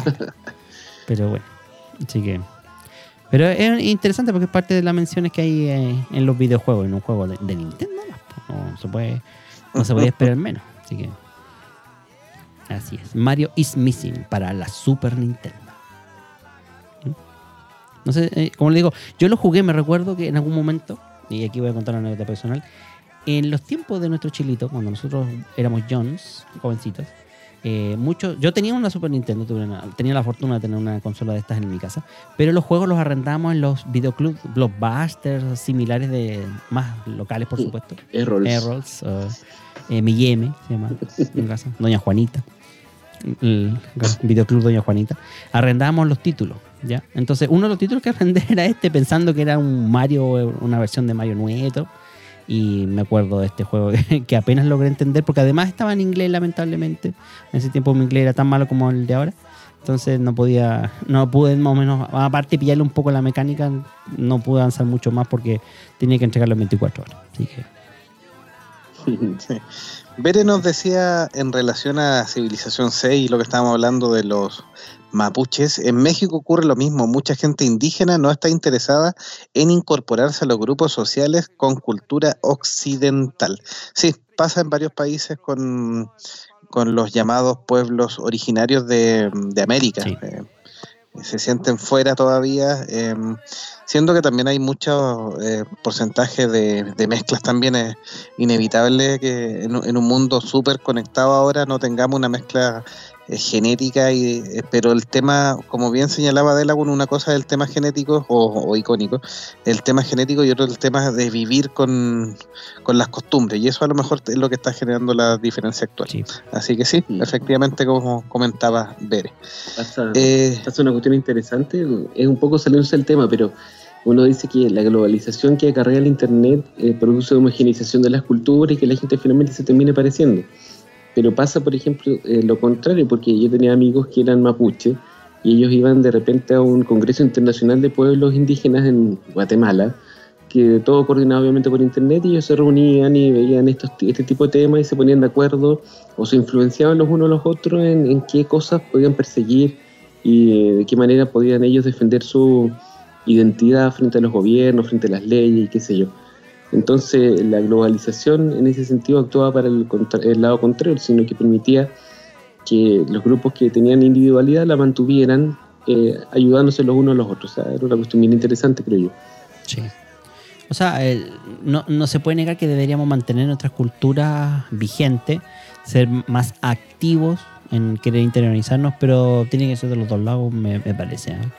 Pero bueno, así que... Pero es interesante porque es parte de las menciones que hay eh, en los videojuegos, en un juego de, de Nintendo. No, no se puede, no se puede esperar menos. Así que... Así es. Mario is Missing para la Super Nintendo. No sé, eh, como le digo, yo lo jugué, me recuerdo que en algún momento, y aquí voy a contar una anécdota personal, en los tiempos de nuestro chilito, cuando nosotros éramos Jones, jovencitos, eh, mucho, yo tenía una Super Nintendo, tuve una, tenía la fortuna de tener una consola de estas en mi casa, pero los juegos los arrendábamos en los videoclubs, blockbusters similares de más locales, por supuesto. Errols. Errols, uh, eh, Milleme, se llama en casa, Doña Juanita. El videoclub Doña Juanita. Arrendábamos los títulos, ¿ya? Entonces, uno de los títulos que arrendé era este, pensando que era un Mario, una versión de Mario nuevo. Y me acuerdo de este juego que, que apenas logré entender, porque además estaba en inglés, lamentablemente. En ese tiempo mi inglés era tan malo como el de ahora. Entonces no podía, no pude más o menos, aparte de pillarle un poco la mecánica, no pude avanzar mucho más porque tenía que entregarlo en veinticuatro horas. Así que... Sí. Bere nos decía en relación a Civilización seis y lo que estábamos hablando de los mapuches, en México ocurre lo mismo, mucha gente indígena no está interesada en incorporarse a los grupos sociales con cultura occidental. Sí, pasa en varios países con, con los llamados pueblos originarios de, de América. Sí. Eh, se sienten fuera todavía, eh, siendo que también hay mucho eh, porcentaje de, de mezclas. También es inevitable que en, en un mundo súper conectado ahora no tengamos una mezcla eh, genética, y, eh, pero el tema, como bien señalaba Delagun, una cosa es el tema genético o, o icónico, el tema genético y otro el tema de vivir con, con las costumbres, y eso a lo mejor es lo que está generando la diferencia actual. Sí. Así que sí, sí, efectivamente, como comentaba Bere. Pasa, eh, pasa una cuestión interesante, es un poco saliéndose del tema, pero uno dice que la globalización que acarrea el internet eh, produce homogenización de las culturas y que la gente finalmente se termine pareciendo. Pero pasa, por ejemplo, eh, lo contrario, porque yo tenía amigos que eran mapuche y ellos iban de repente a un congreso internacional de pueblos indígenas en Guatemala, que todo coordinado obviamente por internet, y ellos se reunían y veían estos, este tipo de temas y se ponían de acuerdo o se influenciaban los unos a los otros en, en qué cosas podían perseguir y de qué manera podían ellos defender su identidad frente a los gobiernos, frente a las leyes y qué sé yo. Entonces la globalización en ese sentido actuaba para el, contra, el lado contrario, sino que permitía que los grupos que tenían individualidad la mantuvieran eh, ayudándose los unos a los otros. O sea, era una cuestión bien interesante, creo yo. Sí. O sea, el, no, no se puede negar que deberíamos mantener nuestras culturas vigentes, ser más activos en querer interiorizarnos, pero tiene que ser de los dos lados, me, me parece, ¿eh?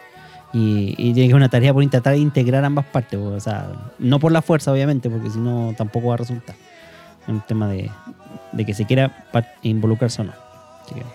Y, y tiene que ser una tarea por tratar de integrar ambas partes, o sea, no por la fuerza obviamente, porque si no tampoco va a resultar. Es un tema de, de que se quiera involucrarse o no. Así que...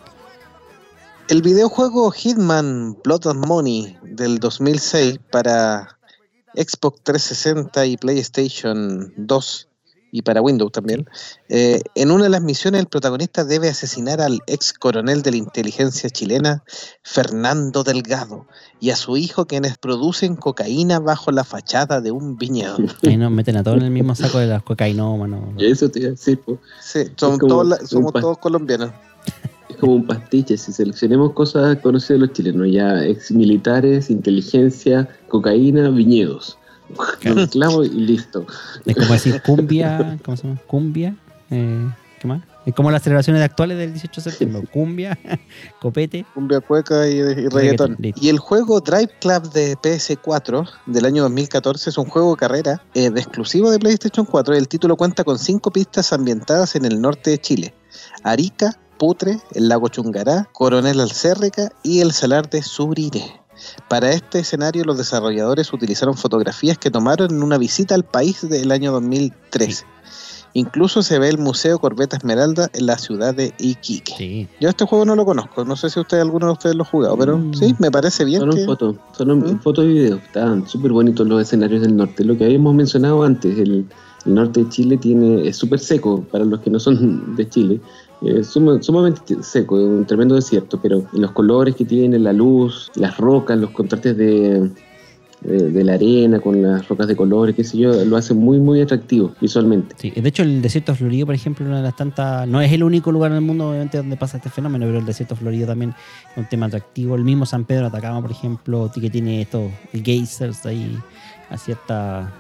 El videojuego Hitman Blood and Money del dos mil seis para Xbox trescientos sesenta y PlayStation dos y para Windows también, eh, en una de las misiones el protagonista debe asesinar al ex coronel de la inteligencia chilena, Fernando Delgado, y a su hijo, quienes producen cocaína bajo la fachada de un viñedo. Ahí nos meten a todos en el mismo saco de las cocainómanos. Eso te iba a decir, pues. Sí, somos, todos, la, somos todos colombianos. Es como un pastiche, si seleccionemos cosas conocidas de los chilenos, ya ex militares, inteligencia, cocaína, viñedos. Claro. Clavo y listo. Es como decir cumbia, ¿cómo se llama? Cumbia, eh, ¿qué más? Es como las celebraciones actuales del dieciocho de septiembre. Cumbia, copete. Cumbia, cueca y, y reggaetón. reggaetón. Y el juego Drive Club de P S cuatro del año dos mil catorce es un juego de carrera eh, de exclusivo de PlayStation cuatro. El título cuenta con cinco pistas ambientadas en el norte de Chile: Arica, Putre, el lago Chungará, Coronel Alcérreca y el salar de Suriré. Para este escenario, los desarrolladores utilizaron fotografías que tomaron en una visita al país del año dos mil trece. Sí. Incluso se ve el Museo Corbeta Esmeralda en la ciudad de Iquique. Sí. Yo este juego no lo conozco, no sé si usted, alguno de ustedes lo ha jugado, pero mm. sí, me parece bien. Solo que... en fotos, solo en ¿Mm? fotos y videos. Estaban súper bonitos los escenarios del norte. Lo que habíamos mencionado antes, el, el norte de Chile tiene es súper seco, para los que no son de Chile. Es sum, sumamente seco, es un tremendo desierto, pero los colores que tiene, la luz, las rocas, los contrastes de, de, de la arena con las rocas de colores, qué sé yo, lo hace muy muy atractivo visualmente. Sí, de hecho el desierto florido, por ejemplo, una de las tantas, no es el único lugar en el mundo obviamente donde pasa este fenómeno, pero el desierto florido también es un tema atractivo. El mismo San Pedro de Atacama, por ejemplo, que tiene estos geysers ahí a cierta,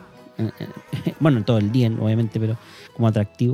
bueno, todo el día obviamente, pero como atractivo.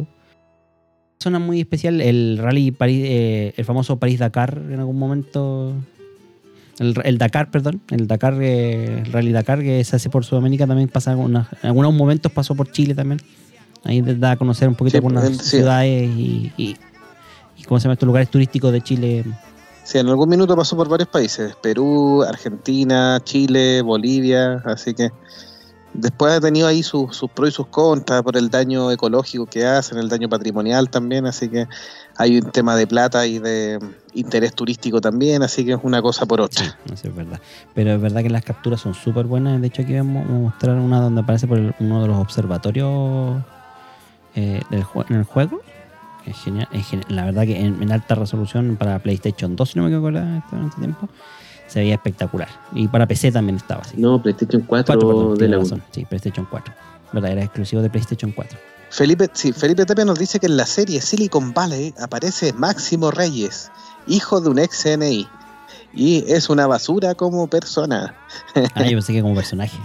Zona muy especial, el rally París, eh, el famoso París-Dakar en algún momento, el, el Dakar, perdón, el Dakar, eh, el Rally Dakar que se hace por Sudamérica también pasa algunos, en algunos momentos pasó por Chile también, Ahí da a conocer un poquito Sí, algunas él- sí. ciudades y, y, y ¿cómo se llama estos lugares turísticos de Chile? Sí, en algún minuto pasó por varios países, Perú, Argentina, Chile, Bolivia, así que después ha tenido ahí sus, sus pros y sus contras por el daño ecológico que hacen, el daño patrimonial también, así que hay un tema de plata y de interés turístico también, así que es una cosa por otra. Sí, eso es verdad. Pero es verdad que las capturas son súper buenas. De hecho, aquí vamos a mostrar una donde aparece por el- uno de los observatorios eh, del jue- en el juego. Es genial, es genial. La verdad que en, en alta resolución para PlayStation dos, si no me equivoco, la- en ese tiempo, se veía espectacular. Y para P C también estaba así. No, PlayStation cuatro, cuatro, perdón, de tiene la razón. Sí, PlayStation cuatro. ¿Verdad? Era exclusivo de PlayStation cuatro. Felipe, sí, Felipe Tapia nos dice que en la serie Silicon Valley aparece Máximo Reyes, hijo de un ex C N I, y es una basura como persona. Ah, yo pensé que como personaje.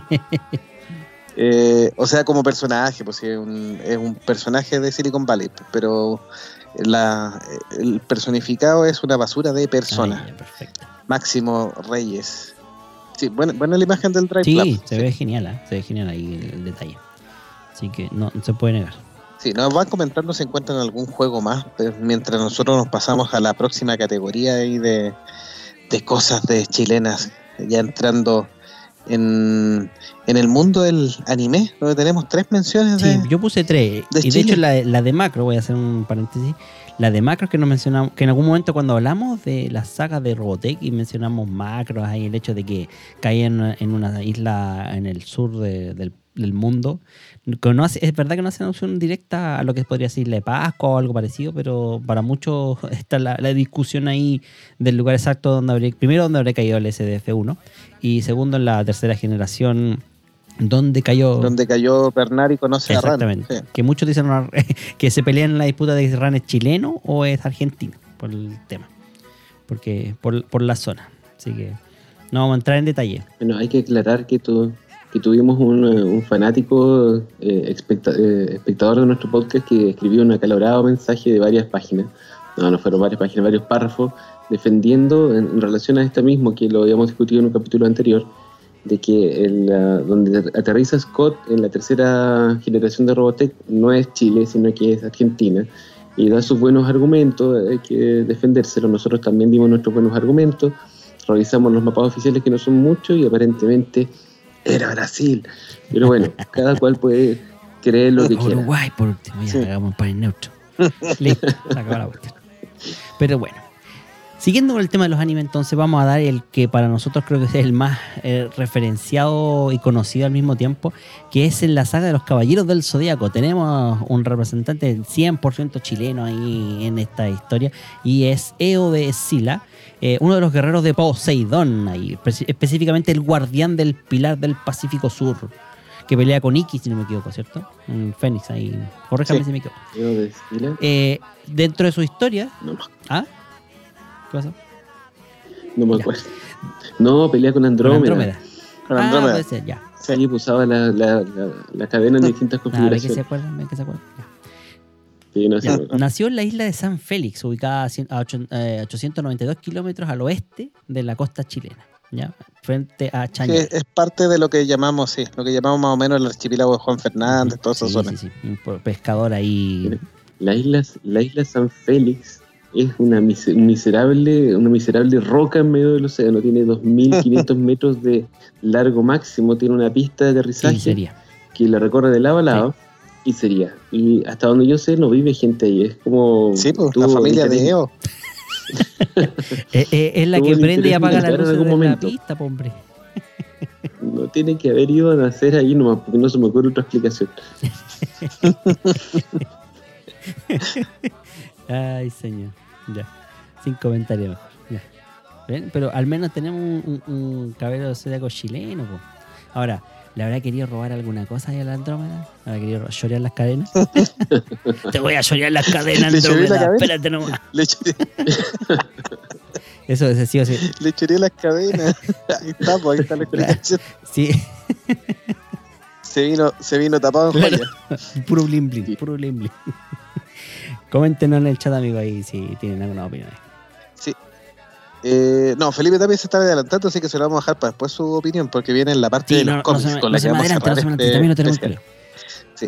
Eh, o sea, como personaje, pues sí, es un, es un personaje de Silicon Valley, pero la, el personificado es una basura de persona. Ah, ya, perfecto. Máximo Reyes. Sí, buena, buena la imagen del Drive Sí, Club. se ve genial, ¿eh? Se ve genial ahí el, el detalle. Así que no, no se puede negar. Sí, nos van comentando si encuentran algún juego más, pero mientras nosotros nos pasamos a la próxima categoría ahí de, de cosas de chilenas, ya entrando en, en el mundo del anime, donde tenemos tres menciones Sí, de... yo puse tres. de Y de Chile. hecho, la, la de Macro, voy a hacer un paréntesis. La de Macro que nos mencionamos, que en algún momento cuando hablamos de la saga de Robotech y mencionamos Macros, ahí el hecho de que caían en una isla en el sur de- del, del mundo. Que no hace- es verdad que no hacen alusión directa a lo que podría ser Isla de Pascua o algo parecido, pero para muchos está la, la discusión ahí del lugar exacto donde habría, primero donde habría caído el S D F uno y segundo en la tercera generación donde cayó. Donde cayó Bernard y conoce a Ran. Exactamente. Sí. Que muchos dicen que se pelean en la disputa de si Ran es chileno o es argentino por el tema. Porque por, por la zona. Así que no vamos a entrar en detalle. Bueno, hay que aclarar que, tu- que tuvimos un, eh, un fanático eh, expecta- eh, espectador de nuestro podcast que escribió un acalorado mensaje de varias páginas. No, no fueron varias páginas, varios párrafos, defendiendo en, en relación a esto mismo que lo habíamos discutido en un capítulo anterior, de que el, uh, donde aterriza Scott en la tercera generación de Robotech no es Chile, sino que es Argentina, y da sus buenos argumentos, hay que defendérselo. Nosotros también dimos nuestros buenos argumentos, revisamos los mapas oficiales que no son muchos y aparentemente era Brasil, pero bueno, cada cual puede creer lo que quiera. Uruguay, por último, ya Sí. hagamos un país neutro. Listo, se acabó la cuestión. Pero bueno, siguiendo con el tema de los animes, entonces vamos a dar el que para nosotros creo que es el más eh, referenciado y conocido al mismo tiempo, que es en la saga de los Caballeros del Zodíaco. Tenemos un representante cien por ciento chileno ahí en esta historia y es Eo de Sila, eh, uno de los guerreros de Poseidón, ahí, espe- específicamente el guardián del Pilar del Pacífico Sur, que pelea con Iki, si no me equivoco, ¿cierto? Un Fénix ahí, corréjame Sí. si me equivoco. Yo de Esquila, Eh, dentro de su historia, no, ¿ah? ¿Qué pasó? no me Ya. acuerdo. No, pelea con Con Andrómeda. Andrómeda. Con Ah, Andrómeda. puede ser, ya. Sí, pues usaba la, la, la, la cadena en distintas Ah, ve que configuraciones. se acuerdan, ve que se acuerdan. Ya. Sí, no, Ya. sí, Nació en la isla de San Félix, ubicada a cien- a ocho- eh, ochocientos noventa y dos kilómetros al oeste de la costa chilena, ¿ya? Frente a Sí, Chañar. es parte de lo que llamamos, sí, lo que llamamos más o menos el archipiélago de Juan Fernández, toda esa Sí, zona. sí, sí. Un po- pescador ahí. La isla, la isla San Félix es una mise- miserable, una miserable roca en medio del océano. Tiene dos mil quinientos metros de largo máximo. Tiene una pista de aterrizaje Sí, sería. que la recorre de lado a lado. Y sería. Y hasta donde yo sé, no vive gente ahí. Es como. Sí, pues, tuvo la familia interés- de Eo. Eh, eh, es la Tuvo que el prende y interés apaga las militar en luces de algún la momento. pista, po, hombre. No tiene que haber ido a nacer ahí nomás, porque no se me ocurre otra explicación. Ay, señor. Ya. Sin comentario mejor. Ya. ¿Ven? Pero al menos tenemos un, un, un caballero zodiaco chileno, po. Ahora, ¿le habrá querido robar alguna cosa ahí a la Andrómeda? ¿Le habrá querido llorear las cadenas? Te voy a llorear las cadenas, ¿Le lloré la Andrómeda. cadena? Espérate nomás. Le choré, Eso es sí o sí. le choré las cadenas. Ahí está, pues, ahí está la explicación. Sí, Se vino, se vino tapado en Claro. joya. puro bling bling, puro bling bling. Coméntenos en el chat, amigos, ahí si tienen alguna opinión. Sí. Eh, no, Felipe Tapia se está adelantando, así que se lo vamos a dejar para después su opinión, porque viene en la parte Sí, de los no, no cómics se me, con no la se que me vamos a adelante, no cerrar se me este adelante. También lo tenemos especial. claro.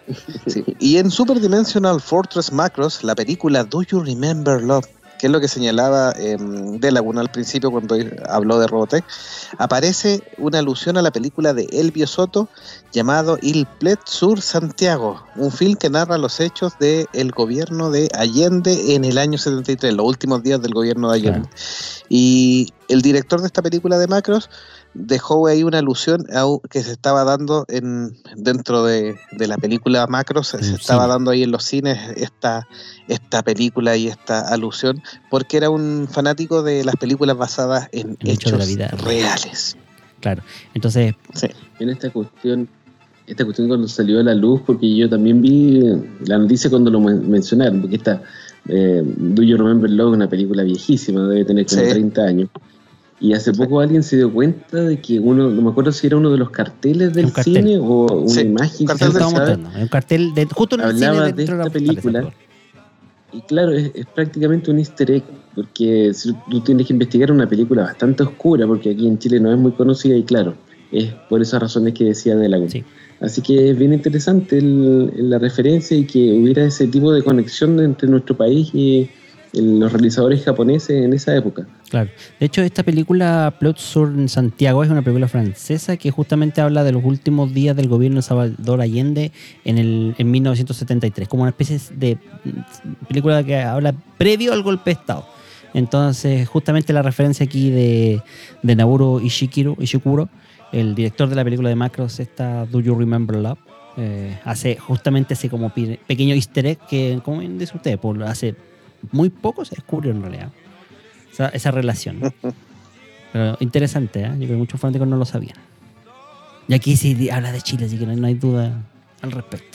Sí. Y en Super Dimensional Fortress Macross, la película Do You Remember Love, que es lo que señalaba eh, De Laguna al principio cuando habló de Robotech, aparece una alusión a la película de Elvio Soto llamado Il Plet sur Santiago, un film que narra los hechos del gobierno de Allende en el año setenta y tres, los últimos días del gobierno de Allende. Claro. Y el director de esta película de Macross dejó ahí una alusión a, que se estaba dando en dentro de, de la película Macross, se sí. estaba dando ahí en los cines esta, esta película y esta alusión, porque era un fanático de las películas basadas en el hechos hecho de la vida reales. Claro, entonces... Sí. En esta cuestión, esta cuestión cuando salió a la luz, porque yo también vi la noticia cuando lo mencionaron, porque esta eh, Do You Remember Love, una película viejísima, debe tener como sí. treinta años. Y hace poco alguien se dio cuenta de que uno, no me acuerdo si era uno de los carteles del cartel. cine o una sí, imagen un cartel, que un cartel de, justo en el hablaba cine de esta de película. Y claro, es, es prácticamente un easter egg, porque si tú tienes que investigar una película bastante oscura, porque aquí en Chile no es muy conocida, y claro, es por esas razones que decía De Laguna. Sí. Así que es bien interesante el, el, la referencia y que hubiera ese tipo de conexión entre nuestro país y el, los realizadores japoneses en esa época. Claro. De hecho, esta película Plot sur Santiago es una película francesa que justamente habla de los últimos días del gobierno de Salvador Allende en, el, en mil novecientos setenta y tres, como una especie de película que habla previo al golpe de Estado. Entonces, justamente la referencia aquí de, de Nobuo Ishikuro, Ishikuro, el director de la película de Macross, esta Do You Remember Love, eh, hace justamente ese como pequeño easter egg que, como dice usted, por, hace muy poco se descubrió en realidad. Esa, esa relación. Pero interesante, ¿eh? Yo creo que muchos fanáticos no lo sabían. Y aquí sí habla de Chile, así que no, no hay duda al respecto.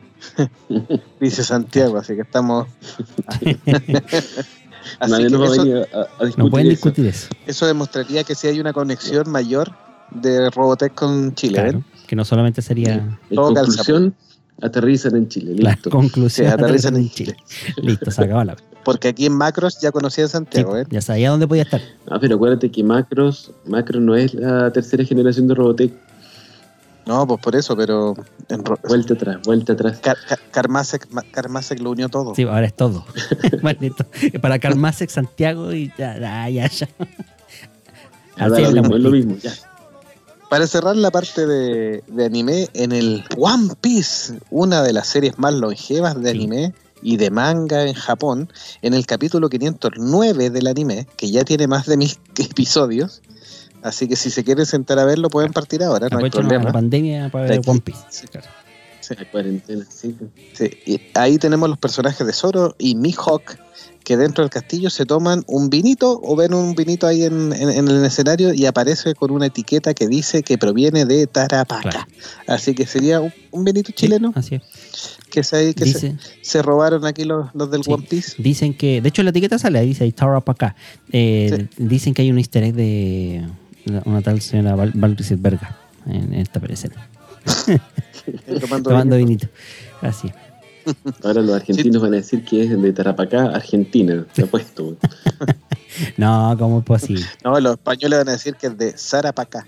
Dice Santiago, así que estamos... así Nadie que nos va eso, a venir a, a discutir no pueden eso. discutir eso. Eso demostraría que sí hay una conexión mayor de Robotech con Chile. Claro, ¿eh? Que no solamente sería... En conclusión, aterrizan en Chile. Listo. La conclusión, sí, aterrizan en Chile. Listo, se acabó la... Porque aquí en Macross ya conocía a Santiago, sí, ¿eh? Ya sabía dónde podía estar. Ah, pero acuérdate que Macross, Macross no es la tercera generación de Robotech. No, pues por eso, pero... En Ro- vuelta atrás, vuelta atrás. Car- Car- Carmasec, Carmasec lo unió todo. Sí, ahora es todo. Para Carmasec, Santiago y ya, ya, ya. ya. Así es, lo mismo, es lo mismo, ya. Para cerrar la parte de, de anime, en el One Piece, una de las series más longevas de sí. anime y de manga en Japón, en el capítulo quinientos nueve del anime, que ya tiene más de mil episodios, así que si se quieren sentar a verlo pueden partir ahora, no hay problema. La pandemia para ver One Piece. Sí, claro. Sí. La cuarentena, sí. Sí. Y ahí tenemos los personajes de Zoro y Mihawk, que dentro del castillo se toman un vinito o ven un vinito ahí en, en, en el escenario y aparece con una etiqueta que dice que proviene de Tarapacá. Claro. Así que sería un, un vinito chileno. Sí, así es. Que, se, que dice, se, se robaron aquí los, los del sí, One Piece. Dicen que, de hecho la etiqueta sale, ahí dice Tarapacá. Eh, sí. Dicen que hay un easter egg de una tal señora Val, Val Berga en esta escena. Tomando, Tomando vinito. Así. Ahora los argentinos sí. van a decir que es de Tarapacá, Argentina, te apuesto. No, ¿cómo es posible? No, los españoles van a decir que es de Zarapacá.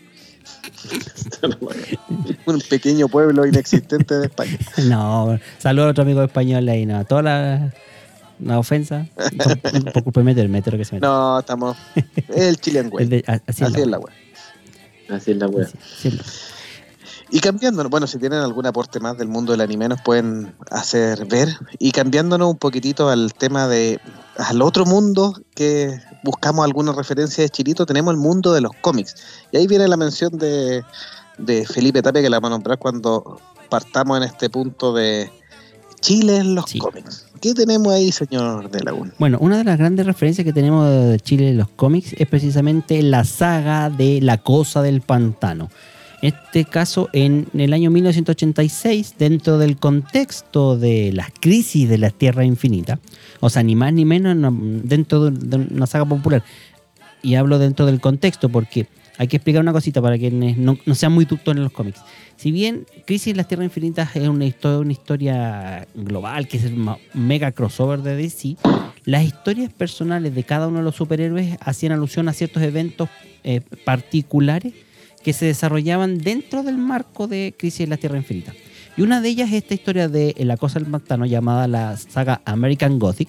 Un pequeño pueblo inexistente de España. No, saludos a otro amigo español ahí, no. Toda la, la ofensa por, por culpa del metro que se mete. No, estamos. Es el Chilean güey. De, así, así es la wea. Así es la wea. Así es la wea. Y cambiándonos, bueno, si tienen algún aporte más del mundo del anime nos pueden hacer ver. Y cambiándonos un poquitito al tema de, al otro mundo que buscamos alguna referencia de Chilito, tenemos el mundo de los cómics. Y ahí viene la mención de, de Felipe Tapia, que la vamos a nombrar cuando partamos en este punto de Chile en los sí. cómics. ¿Qué tenemos ahí, señor De Laguna? Bueno, una de las grandes referencias que tenemos de Chile en los cómics es precisamente la saga de La Cosa del Pantano. En este caso, en el año mil novecientos ochenta y seis, dentro del contexto de las crisis de la Tierra Infinita, o sea, ni más ni menos no, dentro de una saga popular, y hablo dentro del contexto porque hay que explicar una cosita para quienes no, no sean muy ductos en los cómics. Si bien Crisis en las Tierras Infinitas es una historia, una historia global, que es el mega crossover de D C, las historias personales de cada uno de los superhéroes hacían alusión a ciertos eventos eh, particulares que se desarrollaban dentro del marco de Crisis en la Tierra Infinita. Y una de ellas es esta historia de La cosa del pantano, llamada la saga American Gothic,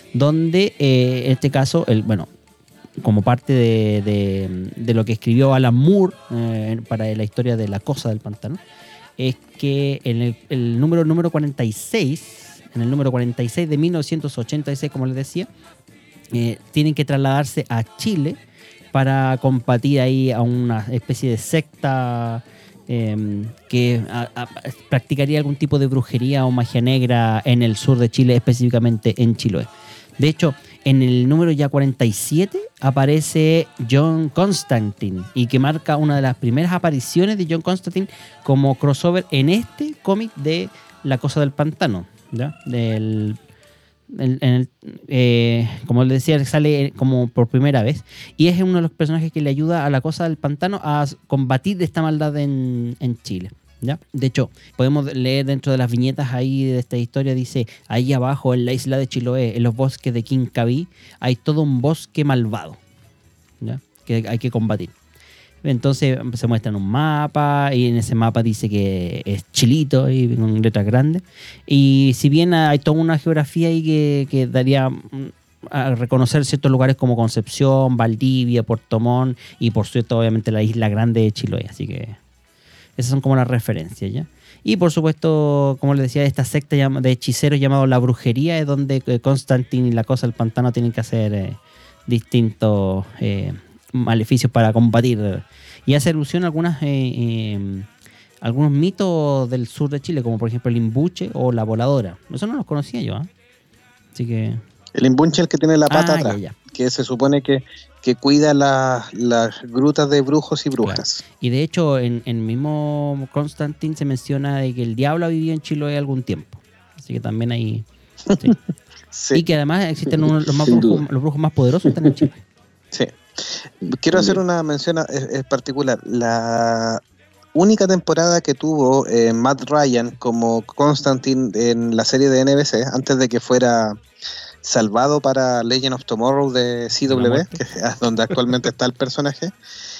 donde eh, en este caso, el, bueno, como parte de, de, de lo que escribió Alan Moore eh, para la historia de La cosa del pantano, es que en el, el número, número cuarenta y seis, en el número cuarenta y seis de mil novecientos ochenta y seis, como les decía, eh, tienen que trasladarse a Chile para combatir ahí a una especie de secta eh, que a, a, practicaría algún tipo de brujería o magia negra en el sur de Chile, específicamente en Chiloé. De hecho, en el número ya cuarenta y siete aparece John Constantine, y que marca una de las primeras apariciones de John Constantine como crossover en este cómic de La cosa del pantano, ¿ya? Del, en, en el, eh, como les decía, sale como por primera vez, y es uno de los personajes que le ayuda a La cosa del pantano a combatir esta maldad en, en Chile, ¿ya? De hecho, podemos leer dentro de las viñetas ahí de esta historia, dice: ahí abajo en la isla de Chiloé, en los bosques de Quincaví, hay todo un bosque malvado, ¿ya? Que hay que combatir. Entonces se muestra en un mapa, y en ese mapa dice que es Chilito y con letras grandes, y si bien hay toda una geografía ahí que, que daría a reconocer ciertos lugares como Concepción, Valdivia, Puerto Montt, y por cierto obviamente la isla grande de Chiloé, así que esas son como las referencias, ¿ya? Y por supuesto, como les decía, esta secta de hechiceros llamado La Brujería es donde Constantine y La cosa del pantano tienen que hacer eh, distintos eh, maleficios para combatir. Y hace alusión a algunas, eh, eh, algunos mitos del sur de Chile, como por ejemplo el imbuche o la voladora. Eso no los conocía yo, ¿eh? Así que... El imbuche es el que tiene la pata ah, atrás, ya, ya. que se supone que, que cuida las la grutas de brujos y brujas. Claro. Y de hecho, en el mismo Constantine se menciona de que el diablo ha vivido en Chiloé algún tiempo. Así que también hay... Sí. Sí. Y que además existen unos, los, más brujos, los brujos más poderosos están en Chile. Sí. Quiero hacer una mención en particular. La única temporada que tuvo eh, Matt Ryan como Constantine en la serie de N B C, antes de que fuera salvado para Legend of Tomorrow de C W, que es donde actualmente está el personaje,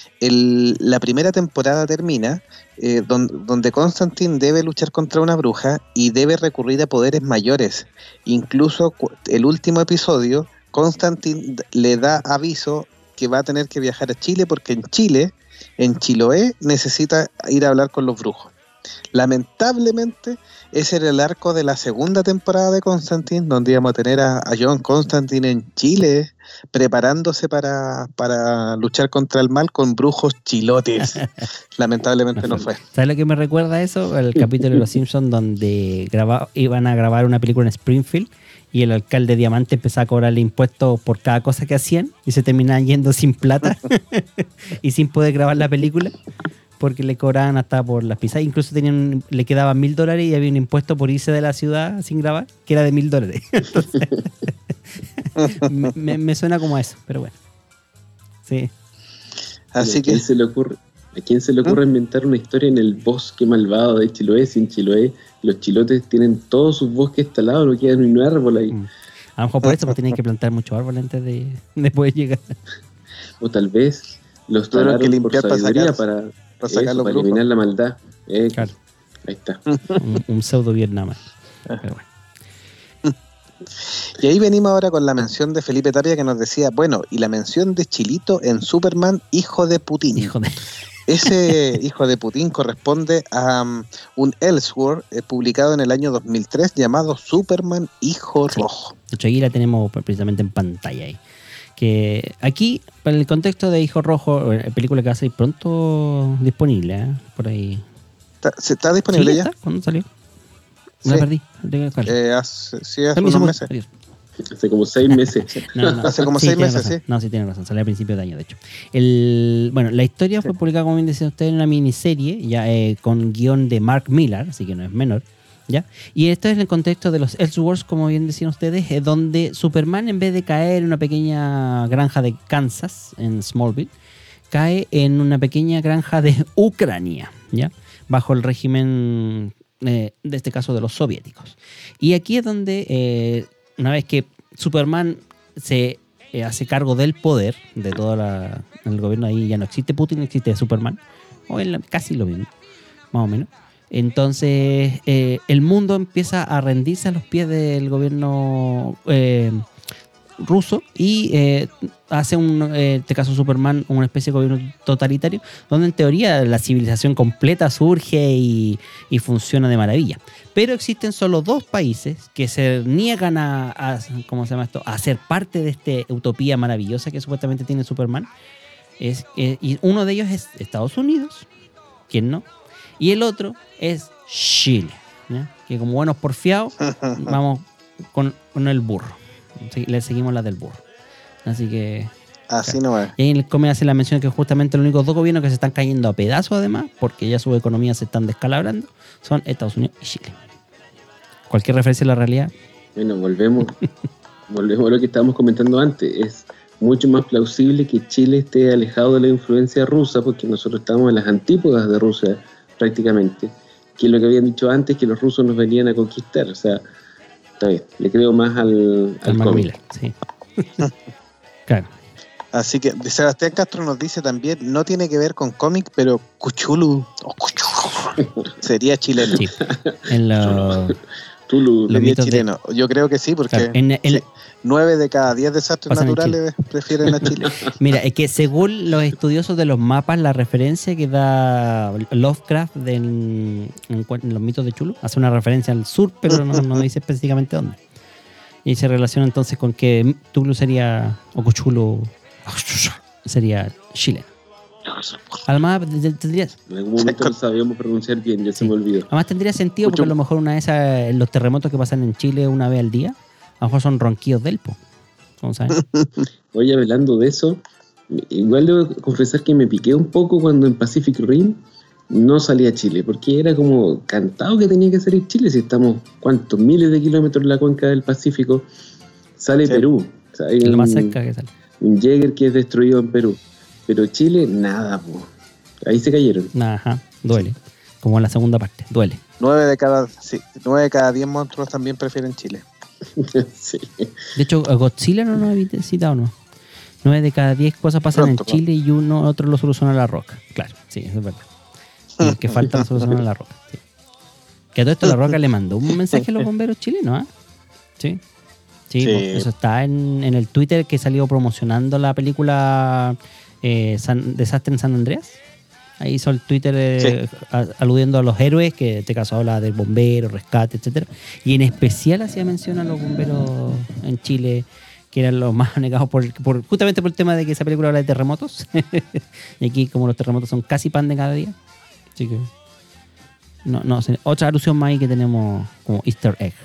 el, la primera temporada termina eh, don, donde Constantine debe luchar contra una bruja y debe recurrir a poderes mayores. Incluso el último episodio, Constantine le da aviso que va a tener que viajar a Chile, porque en Chile, en Chiloé, necesita ir a hablar con los brujos. Lamentablemente, ese era el arco de la segunda temporada de Constantine, donde íbamos a tener a, a John Constantine en Chile, preparándose para, para luchar contra el mal con brujos chilotes. Lamentablemente no fue. ¿Sabes lo que me recuerda eso? El capítulo de Los Simpsons, donde graba, iban a grabar una película en Springfield, y el alcalde Diamante empezaba a cobrarle impuestos por cada cosa que hacían, y se terminaban yendo sin plata y sin poder grabar la película, porque le cobraban hasta por las pizzas. Incluso tenían, le quedaban mil dólares y había un impuesto por irse de la ciudad sin grabar, que era de mil dólares. Entonces, me, me suena como a eso, pero bueno. Sí. Así que... ¿A quién se le ocurre, ¿a quién se le ocurre ¿Mm? inventar una historia en el bosque malvado de Chiloé? Sin Chiloé, los chilotes tienen todos sus bosques talados, no queda ni un árbol ahí. Mm. A lo mejor por eso pues, tienen que plantar muchos árboles antes de, de poder llegar. O tal vez los talaron que limpiar por sabiduría para, para, para, eso, para eliminar la maldad. Eh, claro. Ahí está. Un, un pseudo Vietnam. Pero bueno. Y ahí venimos ahora con la mención de Felipe Tapia, que nos decía, bueno, y la mención de Chilito en Superman, hijo de Putin. Hijo de... Ese hijo de Putin corresponde a um, un Elseworld eh, publicado en el año dos mil tres llamado Superman Hijo sí. Rojo. De hecho, aquí la tenemos precisamente en pantalla ahí. Que aquí, para el contexto de Hijo Rojo, película que va a salir pronto disponible, ¿eh? Por ahí. ¿Está, ¿Está disponible ¿Sí, ya? Está? ¿Cuándo salió? Me la perdí. Eh, hace, sí, hace unos meses. Adiós. Hace como seis meses. No, no, hace como sí, seis meses, razón. sí. No, sí, tiene razón. Salió a principios de año, de hecho. El, bueno, la historia sí. fue publicada, como bien decía usted, en una miniserie, ya eh, con guión de Mark Millar, así que no es menor. ¿Ya? Y esto es en el contexto de los Elseworlds, como bien decían ustedes, eh, donde Superman, en vez de caer en una pequeña granja de Kansas, en Smallville, cae en una pequeña granja de Ucrania, ¿ya? Bajo el régimen, eh, de este caso, de los soviéticos. Y aquí es donde, eh, una vez que Superman se eh, hace cargo del poder de todo la, el gobierno, ahí ya no existe Putin, existe Superman, o es casi lo mismo, más o menos. Entonces, eh, el mundo empieza a rendirse a los pies del gobierno eh, ruso y eh, hace, un, eh, en este caso Superman, una especie de gobierno totalitario, donde en teoría la civilización completa surge y, y funciona de maravilla. Pero existen solo dos países que se niegan a, a, ¿cómo se llama esto?, a ser parte de esta utopía maravillosa que supuestamente tiene Superman. Es, eh, y uno de ellos es Estados Unidos, ¿quién no? Y el otro es Chile, ¿ya? Que como buenos porfiados vamos con, con el burro. Le seguimos la del burro. Así que... Así claro. no es. Y ahí en el cómic hace la mención que justamente los únicos dos gobiernos que se están cayendo a pedazos además, porque ya sus economías se están descalabrando, son Estados Unidos y Chile. Cualquier referencia a la realidad. Bueno, volvemos, volvemos a lo que estábamos comentando antes. Es mucho más plausible que Chile esté alejado de la influencia rusa, porque nosotros estamos en las antípodas de Rusia prácticamente, que lo que habían dicho antes, que los rusos nos venían a conquistar. O sea, está bien, le creo más al, al cómic. Sí. Claro. Así que Sebastián Castro nos dice también, no tiene que ver con cómic, pero Cuchulu, oh, Cuchulu sería chileno. Sí. En lo, Tulu, sería chileno. De... Yo creo que sí, porque claro, en, en, sí, nueve de cada diez desastres naturales prefieren a Chile. Mira, es que según los estudiosos de los mapas, la referencia que da Lovecraft de en, en, en los mitos de Chulu hace una referencia al sur, pero no, no dice específicamente dónde. Y se relaciona entonces con que Tulu sería, o Cuchulu sería chileno. Además, tendrías... En algún momento lo sabíamos pronunciar bien, ya sí. Se me olvidó. Además tendría sentido porque a lo mejor una de esas, los terremotos que pasan en Chile una vez al día, a lo mejor son ronquidos del po. ¿Sabes? Oye, hablando de eso, igual debo confesar que me piqué un poco cuando en Pacific Rim no salía Chile, porque era como cantado que tenía que salir Chile, si estamos, ¿cuántos? Miles de kilómetros en la cuenca del Pacífico, sale sí. Perú. O sea, hay lo un, más cerca que sale. Un Jäger que es destruido en Perú. Pero Chile, nada, po. Ahí se cayeron. Ajá, duele. Sí. Como en la segunda parte, duele. Nueve de cada, sí, nueve de cada diez monstruos también prefieren Chile. Sí. De hecho, Godzilla no nos ha citado, ¿no? Nueve de cada diez cosas pasan Pronto, en Chile y uno otro lo soluciona La Roca. Claro, sí, eso es verdad. Y el que falta lo soluciona La Roca. Sí. Que a todo esto La Roca le mandó un mensaje a los bomberos chilenos, ¿ah? ¿eh? Sí. Sí, sí. Pues eso está en, en el Twitter que salió promocionando la película... Eh, San, Desastre en San Andreas. Ahí hizo el Twitter eh, sí. a, aludiendo a los héroes, que en este caso habla del bombero, rescate, etcétera. Y en especial hacía mención a los bomberos en Chile, que eran los más negados por, por justamente por el tema de que esa película habla de terremotos. Y aquí, como los terremotos son casi pan de cada día. Así que no, no, otra alusión más ahí que tenemos como Easter egg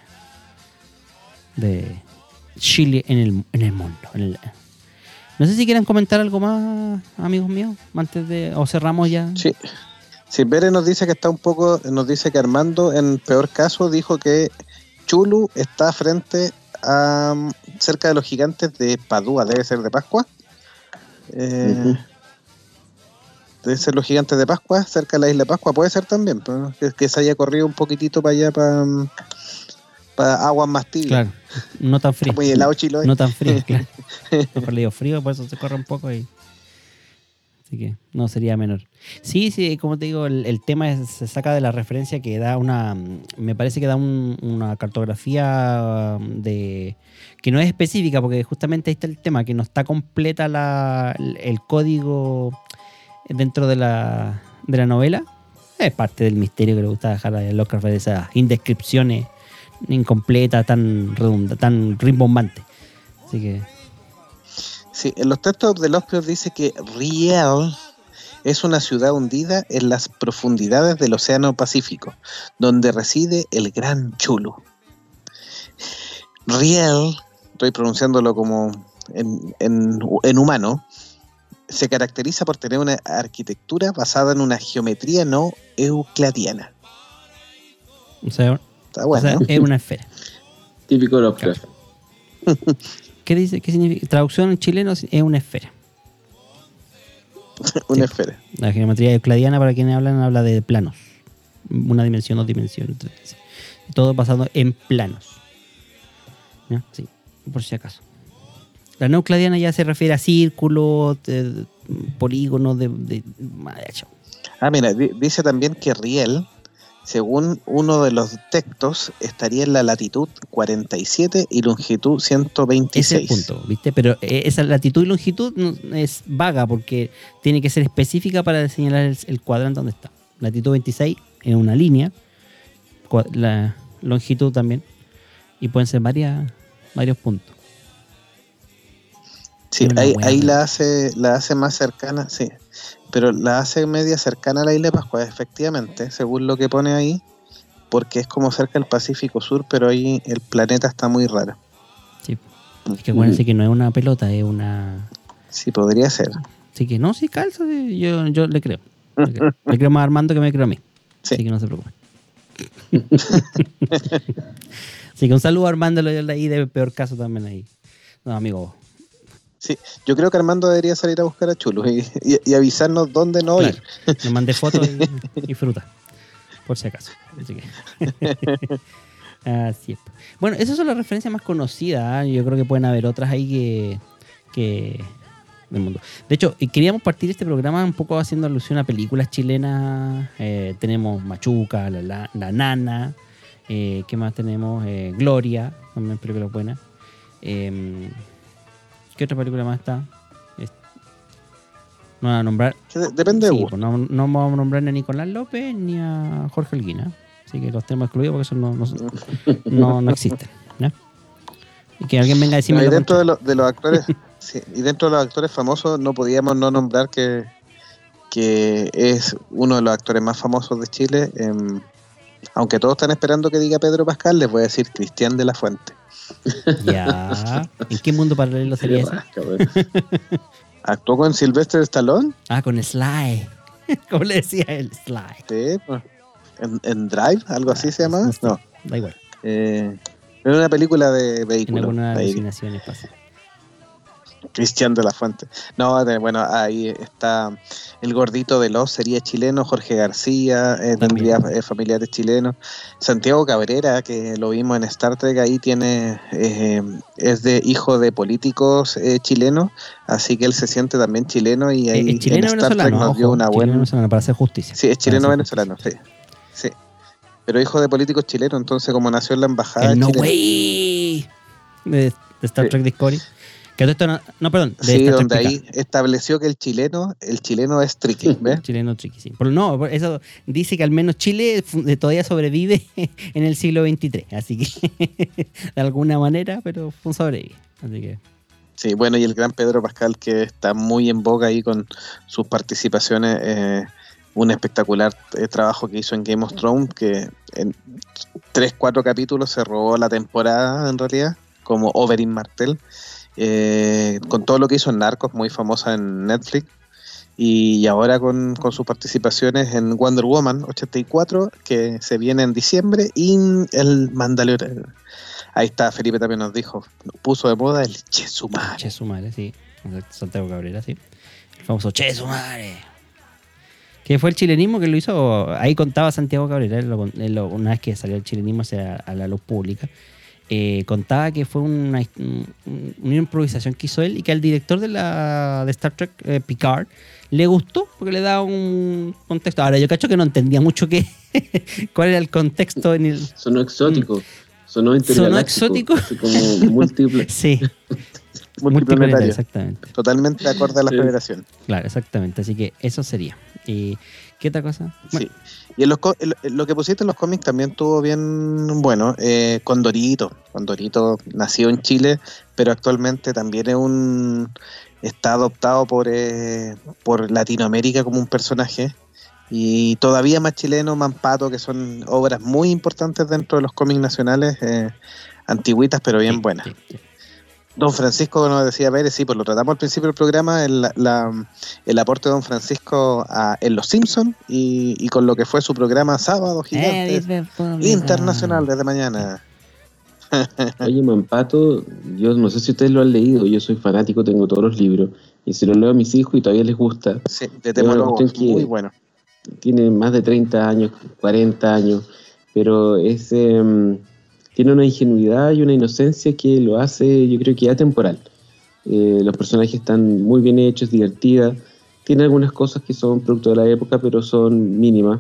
de Chile en el, en el mundo. En el, No sé si quieren comentar algo más, amigos míos, antes de o cerramos ya. Sí. Sí, Bere nos dice que está un poco, nos dice que Armando, en peor caso, dijo que Chulu está frente a cerca de los gigantes de Padua, debe ser de Pascua. Eh, uh-huh. Debe ser los gigantes de Pascua, cerca de la isla de Pascua, puede ser también, pero que, que se haya corrido un poquitito para allá, para, para aguas más tibias. Claro, no tan frío. Muy helado Chiloé. No tan frío, claro. Mejor le digo frío, por eso se corre un poco y... Así que no sería menor. Sí, sí, como te digo, el, el tema es, se saca de la referencia que da una... Me parece que da un, una cartografía de que no es específica, porque justamente ahí está el tema, que no está completa la, el código dentro de la, de la novela. Es parte del misterio que le gusta dejar a Lovecraft, de esas indescripciones incompletas, tan redundantes, tan rimbombantes. Así que... Sí, en los textos de Lovecraft dice que Riel es una ciudad hundida en las profundidades del Océano Pacífico, donde reside el Gran Chulu. Riel, estoy pronunciándolo como en, en, en humano, se caracteriza por tener una arquitectura basada en una geometría no euclidiana. O sea, Está bueno, o sea, ¿no? Es una esfera. Típico Lovecraft. ¿Qué dice? ¿Qué significa? Traducción en chileno es una esfera. Una sí. esfera. La geometría euclidiana, para quienes hablan, habla de planos. Una dimensión, dos dimensiones, tres dimensiones. Todo basado en planos. ¿Ya? Sí, por si acaso. La no euclidiana ya se refiere a círculos, polígonos de, de... Ah, mira, dice también que Riel según uno de los textos, estaría en la latitud cuarenta y siete y longitud ciento veintiséis. Ese es el punto, ¿viste? Pero esa latitud y longitud es vaga porque tiene que ser específica para señalar el, el cuadrante donde está. Latitud veintiséis en una línea, la longitud también, y pueden ser varias, varios puntos. Sí, ahí, ahí la hace la hace más cercana, sí, pero la hace media cercana a la isla de Pascua, efectivamente, según lo que pone ahí, porque es como cerca del Pacífico Sur, pero ahí el planeta está muy raro. Sí, es que acuérdense mm. que no es una pelota, es una... Sí, podría ser. Así que no, sí calza, yo, yo le creo. Le creo, le creo más a Armando que me creo a mí. Sí. Así que no se preocupen. Así que un saludo a Armando, lo de ahí de peor caso también ahí. No, amigo. Sí, yo creo que Armando debería salir a buscar a Chulo y, y, y avisarnos dónde no claro, ir. Le mandé fotos y, y fruta, por si acaso. Así que. Así es. Bueno, esas son las referencias más conocidas. ¿eh? Yo creo que pueden haber otras ahí que, que del mundo. De hecho, queríamos partir este programa un poco haciendo alusión a películas chilenas. Eh, tenemos Machuca, La, la, la Nana. Eh, ¿Qué más tenemos? Eh, Gloria, también película buena. Eh, ¿Qué otra película más está? No van a nombrar. Depende sí, de pues no, no vamos a nombrar ni a Nicolás López ni a Jorge Holguín. Así que los tenemos excluidos porque eso no, no, no, no existen. ¿ya? Y que alguien venga a decirme. No, y dentro de, lo, de los actores, sí, y dentro de los actores famosos no podíamos no nombrar que, que es uno de los actores más famosos de Chile. Eh, aunque todos están esperando que diga Pedro Pascal, les voy a decir Cristian de la Fuente. Ya. ¿En qué mundo paralelo sería ese? ¿Actuó con Sylvester Stallone? Ah, con Sly. ¿Cómo le decía él? Sly. Sí, pues. ¿En, en Drive? ¿Algo así ah, se llama? No, no. Da igual. Eh, era una película de vehículos. En alguna alucinación espacial. Cristian de la Fuente. No, de, bueno, ahí está el gordito de Los, sería chileno. Jorge García, eh, tendría eh, familiares chilenos. Santiago Cabrera, que lo vimos en Star Trek, ahí tiene eh, es de hijo de políticos eh, chilenos, así que él se siente también chileno y ahí eh, chileno en Star Trek nos dio ojo, una buena... venezolano, para hacer justicia. Sí, es chileno-venezolano, sí. sí. Pero hijo de políticos chilenos, entonces como nació en la embajada el no chilena. Way de, de Star Trek sí. Discovery. Que esto no, no, perdón. De sí, donde ahí estableció que el chileno, el chileno es tricky, ¿ves? El chileno tricky, sí. Pero no, eso dice que al menos Chile todavía sobrevive en el siglo veintitrés, así que de alguna manera, pero sobrevive, así que. Sí, bueno, y el gran Pedro Pascal que está muy en boga ahí con sus participaciones, eh, un espectacular eh, trabajo que hizo en Game of Thrones, que en tres, cuatro capítulos se robó la temporada en realidad, como Oberyn Martell. Eh, con todo lo que hizo en Narcos, muy famosa en Netflix, y ahora con, con sus participaciones en Wonder Woman ochenta y cuatro, que se viene en diciembre, y el Mandalorian. Ahí está, Felipe también nos dijo, puso de moda el Che su madre. Che su madre, sí. Santiago Cabrera, sí. El famoso Che su madre. Que fue el chilenismo que lo hizo, ahí contaba Santiago Cabrera, lo, lo, una vez que salió el chilenismo hacia, a la luz pública. Eh, contaba que fue una, una improvisación que hizo él y que al director de la de Star Trek, eh, Picard, le gustó porque le daba un contexto. Ahora yo cacho que no entendía mucho qué cuál era el contexto en el... Sonó exótico, mm. sonó intergaláctico, sonó exótico, como múltiple. Sí, multiplanetario, exactamente. Totalmente acorde a la sí. Federación. Claro, exactamente. Así que eso sería. ¿Y qué otra cosa? Bueno. Sí. Y en los, en lo que pusiste en los cómics también estuvo bien bueno. Eh, Condorito. Condorito nació en Chile, pero actualmente también es un está adoptado por, eh, por Latinoamérica como un personaje. Y todavía más chileno, Mampato, que son obras muy importantes dentro de los cómics nacionales, eh, antiguitas, pero bien sí, buenas. Sí, sí. Don Francisco nos decía Pérez, sí, pues lo tratamos al principio del programa, el, la, el aporte de Don Francisco a, en Los Simpsons y, y con lo que fue su programa Sábado Gigantes eh, Internacional desde mañana. Oye, Mampato, yo no sé si ustedes lo han leído, yo soy fanático, tengo todos los libros y se los leo a mis hijos y todavía les gusta. Sí, de tema muy bueno. Tiene más de treinta años, cuarenta años, pero es... Eh, tiene una ingenuidad y una inocencia que lo hace, yo creo que atemporal. Eh, los personajes están muy bien hechos, divertidas. Tiene algunas cosas que son producto de la época, pero son mínimas.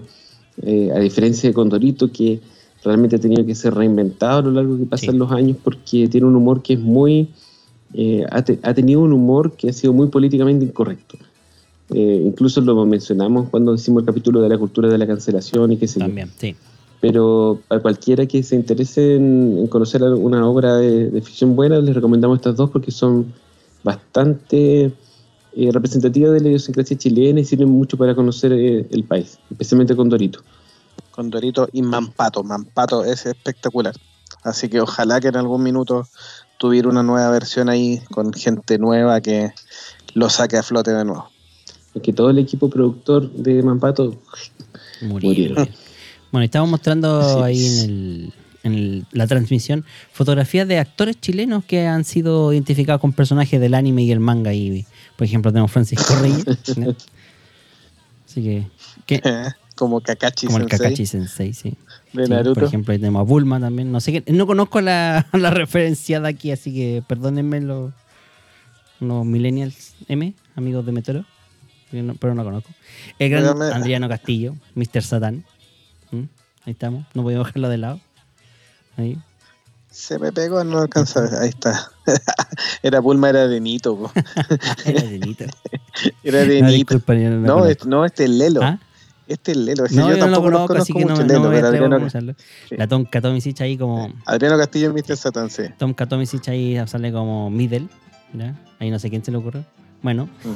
eh, a diferencia de Condorito, que realmente ha tenido que ser reinventado a lo largo que pasan Sí. los años, porque tiene un humor que es muy... Eh, ha, te, ha tenido un humor que ha sido muy políticamente incorrecto. Eh, incluso lo mencionamos cuando hicimos el capítulo de la cultura de la cancelación y qué sé yo. También, sí. Pero a cualquiera que se interese en, en conocer una obra de, de ficción buena, les recomendamos estas dos porque son bastante eh, representativas de la idiosincrasia chilena y sirven mucho para conocer eh, el país, especialmente Condorito. Condorito y Mampato. Mampato es espectacular. Así que ojalá que en algún minuto tuviera una nueva versión ahí con gente nueva que lo saque a flote de nuevo. Porque todo el equipo productor de Mampato Murieron. murieron. Bueno, estamos mostrando Sí. ahí en, el, en el- la transmisión fotografías de actores chilenos que han sido identificados con personajes del anime y el manga. Y, por ejemplo, tenemos Francisco Reyes. ¿no? Así que, que Como Kakashi como el Sensei Kakashi Sensei, sí. de Sí, Naruto. por ejemplo, ahí tenemos a Bulma también. No sé qué, no conozco la, la referencia de aquí, así que perdónenme los, los Millennials M, amigos de Metero, pero no, pero no conozco. El gran Dígame. Adriano Castillo, mister Satán. ¿Mm? Ahí estamos, no podemos dejarlo de lado. Ahí. Se me pegó, no alcanza. Ahí está. Era Bulma, era de Nito. Po. Era de Nito. Era de No, Nito. disculpa, yo no lo No, conozco. es- no, este es Lelo. ¿Ah? Este es Lelo. Ese No, yo yo no lo tampoco lo conozco, así conozco que no, mucho, no Lelo, me voy a pero atrever a Adriano, conocerlo. sí. La Tom Katomisic ahí como... Adriano Castillo es mister Satan, sí. Tom Katomisic ahí sale como middle, ¿ya? Ahí no sé quién se le ocurrió. Bueno, Mm.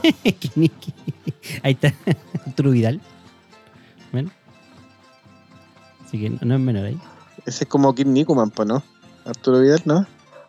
ahí está Arturo Vidal. ¿Ven? Así que no es menor ahí. Ese es como Kid Nikuman, pues, ¿no? Arturo Vidal, ¿no?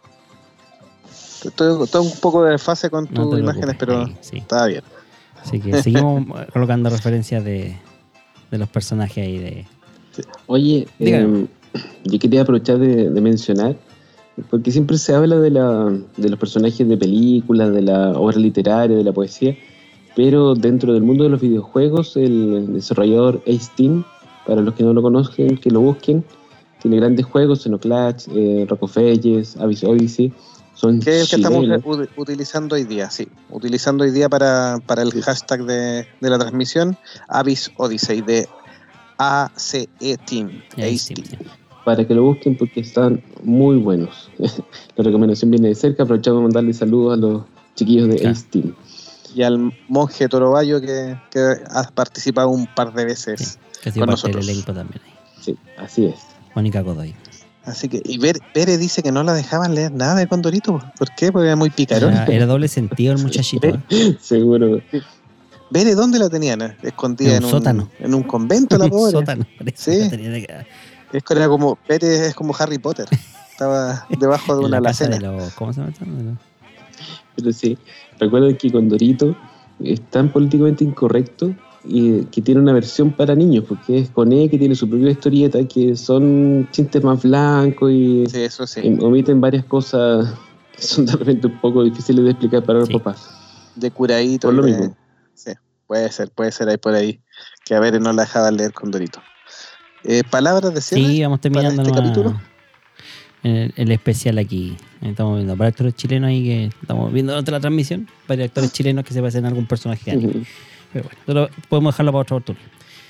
Estoy, estoy un poco de desfase con No tus te imágenes, preocupes, pero ahí, sí. está bien. Así que seguimos colocando referencias de, de los personajes ahí de... Oye, Dígame. eh, yo quería aprovechar de, de mencionar, porque siempre se habla de, la, de los personajes de películas, de la obra literaria, de la poesía, pero dentro del mundo de los videojuegos, el desarrollador Ace Team, para los que no lo conocen, que lo busquen, tiene grandes juegos, Xenoclash, eh, Rock of Ages, Abyss Odyssey, son Que es el que estamos chilenos. u- utilizando hoy día, sí. Utilizando hoy día para, para el hashtag de, de la transmisión, Abyss Odyssey de A C E Team. Ahí Ace sí. Team. Para que lo busquen porque están muy buenos. La recomendación viene de cerca, aprovechamos de mandarle saludos a los chiquillos de Claro. Ace Team. Y al monje Torobayo que, que ha participado un par de veces. Sí, que ha sido con parte del nosotros. elenco también ahí. Sí, así es. Mónica Godoy. Así que, y Bere, Bere dice que no la dejaban leer nada de Condorito. ¿Por qué? Porque era muy picarón. Era, era doble sentido el muchachito. ¿eh? Seguro. Bere, ¿dónde la tenían? Escondida En en un un, sótano. en un convento, la Un pobre. sótano, parece Sí. que tenía que quedar. Es que era como, Bere es como Harry Potter. Estaba debajo de En una la casa alacena. de los... ¿Cómo se llama esto? De los- Pero sí, recuerden que Condorito es tan políticamente incorrecto y que tiene una versión para niños, porque es con E, que tiene su propia historieta, que son chistes más blancos y Sí, eso sí. em- omiten varias cosas que son de repente un poco difíciles de explicar para los Sí. papás. De curadito. Por lo y de- mismo. Sí, puede ser, puede ser ahí por ahí. Que a Bere no la dejaban leer Condorito. Eh, ¿Palabras de cierre? Sí, vamos terminando este nomás capítulo? El, el especial aquí. Estamos viendo para actores chilenos ahí que estamos viendo durante la transmisión. Varios actores chilenos que se parecen a algún personaje de anime. Ujú. Pero bueno, nosotros podemos dejarlo para otra oportunidad.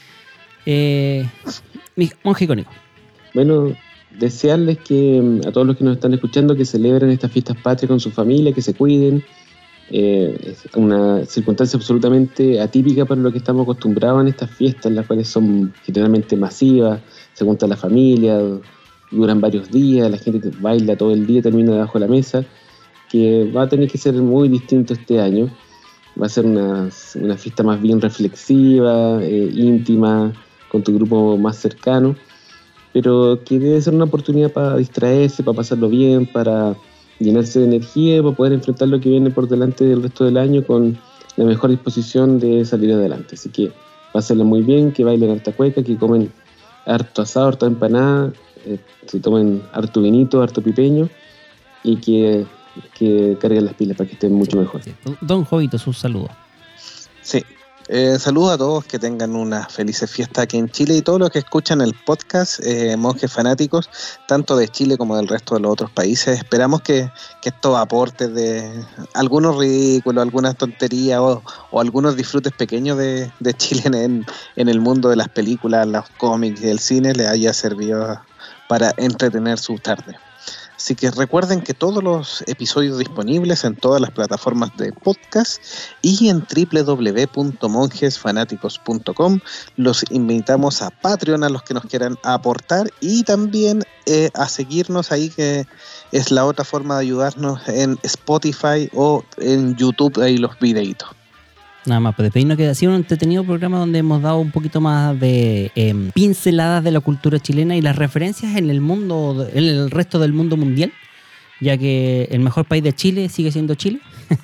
Eh, mi- monje icónico. Bueno, desearles que mm, a todos los que nos están escuchando que celebren estas fiestas patrias con su familia, que se cuiden. Eh, es una circunstancia absolutamente atípica para lo que estamos acostumbrados en estas fiestas, las cuales son generalmente masivas, se junta la familia, duran varios días, la gente baila todo el día, termina debajo de la mesa, que va a tener que ser muy distinto este año. Va a ser una, una fiesta más bien reflexiva, eh, íntima, con tu grupo más cercano, pero que debe ser una oportunidad para distraerse, para pasarlo bien, para llenarse de energía, para poder enfrentar lo que viene por delante del resto del año con la mejor disposición de salir adelante. Así que pásenla muy bien, que bailen harta cueca, que comen harto asado, harta empanada, eh, se tomen harto vinito, harto pipeño y que, que carguen las pilas para que estén mucho mejor. Sí. Don Jovito, sus saludos. Sí. Eh, saludos a todos, que tengan una feliz fiesta aquí en Chile y todos los que escuchan el podcast, eh, monjes fanáticos, tanto de Chile como del resto de los otros países. Esperamos que, que estos aportes de algunos ridículos, algunas tonterías o, o algunos disfrutes pequeños de, de Chile en, en el mundo de las películas, los cómics y el cine les haya servido para entretener su tarde. Así que recuerden que todos los episodios disponibles en todas las plataformas de podcast y en doble u doble u doble u punto monjes fanáticos punto com. Los invitamos a Patreon a los que nos quieran aportar y también eh, a seguirnos ahí, que es la otra forma de ayudarnos, en Spotify o en YouTube, ahí los videitos. Nada más, pues despedirnos, que ha sido un entretenido programa donde hemos dado un poquito más de eh, pinceladas de la cultura chilena y las referencias en el mundo, en el resto del mundo mundial, ya que el mejor país de Chile sigue siendo Chile.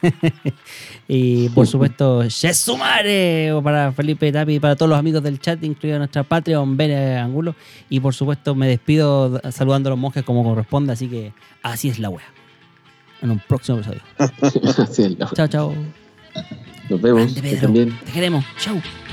Y por supuesto, ¡Chesumare! Para Felipe Tapi y para todos los amigos del chat, incluido nuestra Patreon, Bene Angulo. Y por supuesto, me despido saludando a los monjes como corresponde, así que así es la wea. En un próximo episodio. Así es la wea. Chao, chao. Nos vemos. Grande, Pedro. También. Te queremos. Chau.